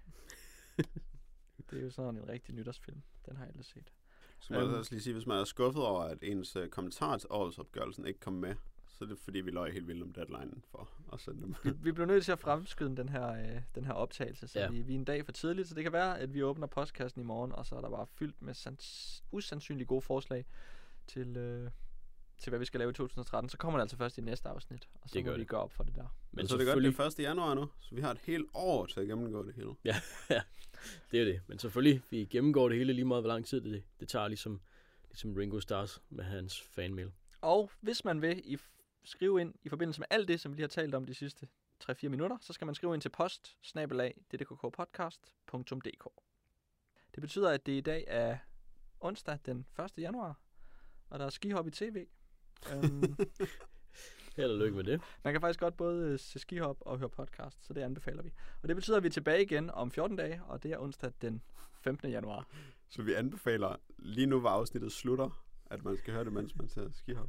Det er jo sådan en rigtig nytårsfilm. Den har jeg aldrig set. Så må jeg Øhm. også lige sige, hvis man er skuffet over, at ens uh, kommentar til årsopgørelsen ikke kom med, så er det fordi, vi løg helt vildt om deadline for at sende dem. Vi, vi blev nødt til at fremskynde den her, øh, den her optagelse, så Ja. vi, vi er en dag for tidligt, så det kan være, at vi åbner postkassen i morgen, og så er der bare fyldt med sans- usandsynligt gode forslag til, øh, til, hvad vi skal lave i to tusind og tretten. Så kommer det altså først i næste afsnit, og så Det må gør vi det. gøre op for det der. Men så er det godt, det selvfølgelig, er første januar nu, så vi har et helt år til at gennemgå det hele. det er det. Men selvfølgelig, vi gennemgår det hele lige meget, hvor lang tid det, det tager, ligesom, ligesom Ringo Starrs med hans fanmail. Og hvis man vil i f- skrive ind i forbindelse med alt det, som vi lige har talt om de sidste tre fire minutter, så skal man skrive ind til post snabel-a d d k k podcast punktum d k. Det betyder, at det i dag er onsdag den første januar, og der er skihop i tv. um, Held og lykke med det. man kan faktisk godt både øh, se skihop og høre podcast, så det anbefaler vi. Og det betyder, at vi er tilbage igen om fjorten dage, og det er onsdag den femtende januar. Så vi anbefaler lige nu, hvor afsnittet slutter, at man skal høre det, mens man ser skihop.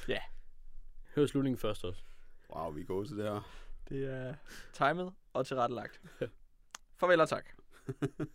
Hør slutningen først også. Wow, vi er gode til det her. Det er timet og tilrettelagt. Farvel og tak.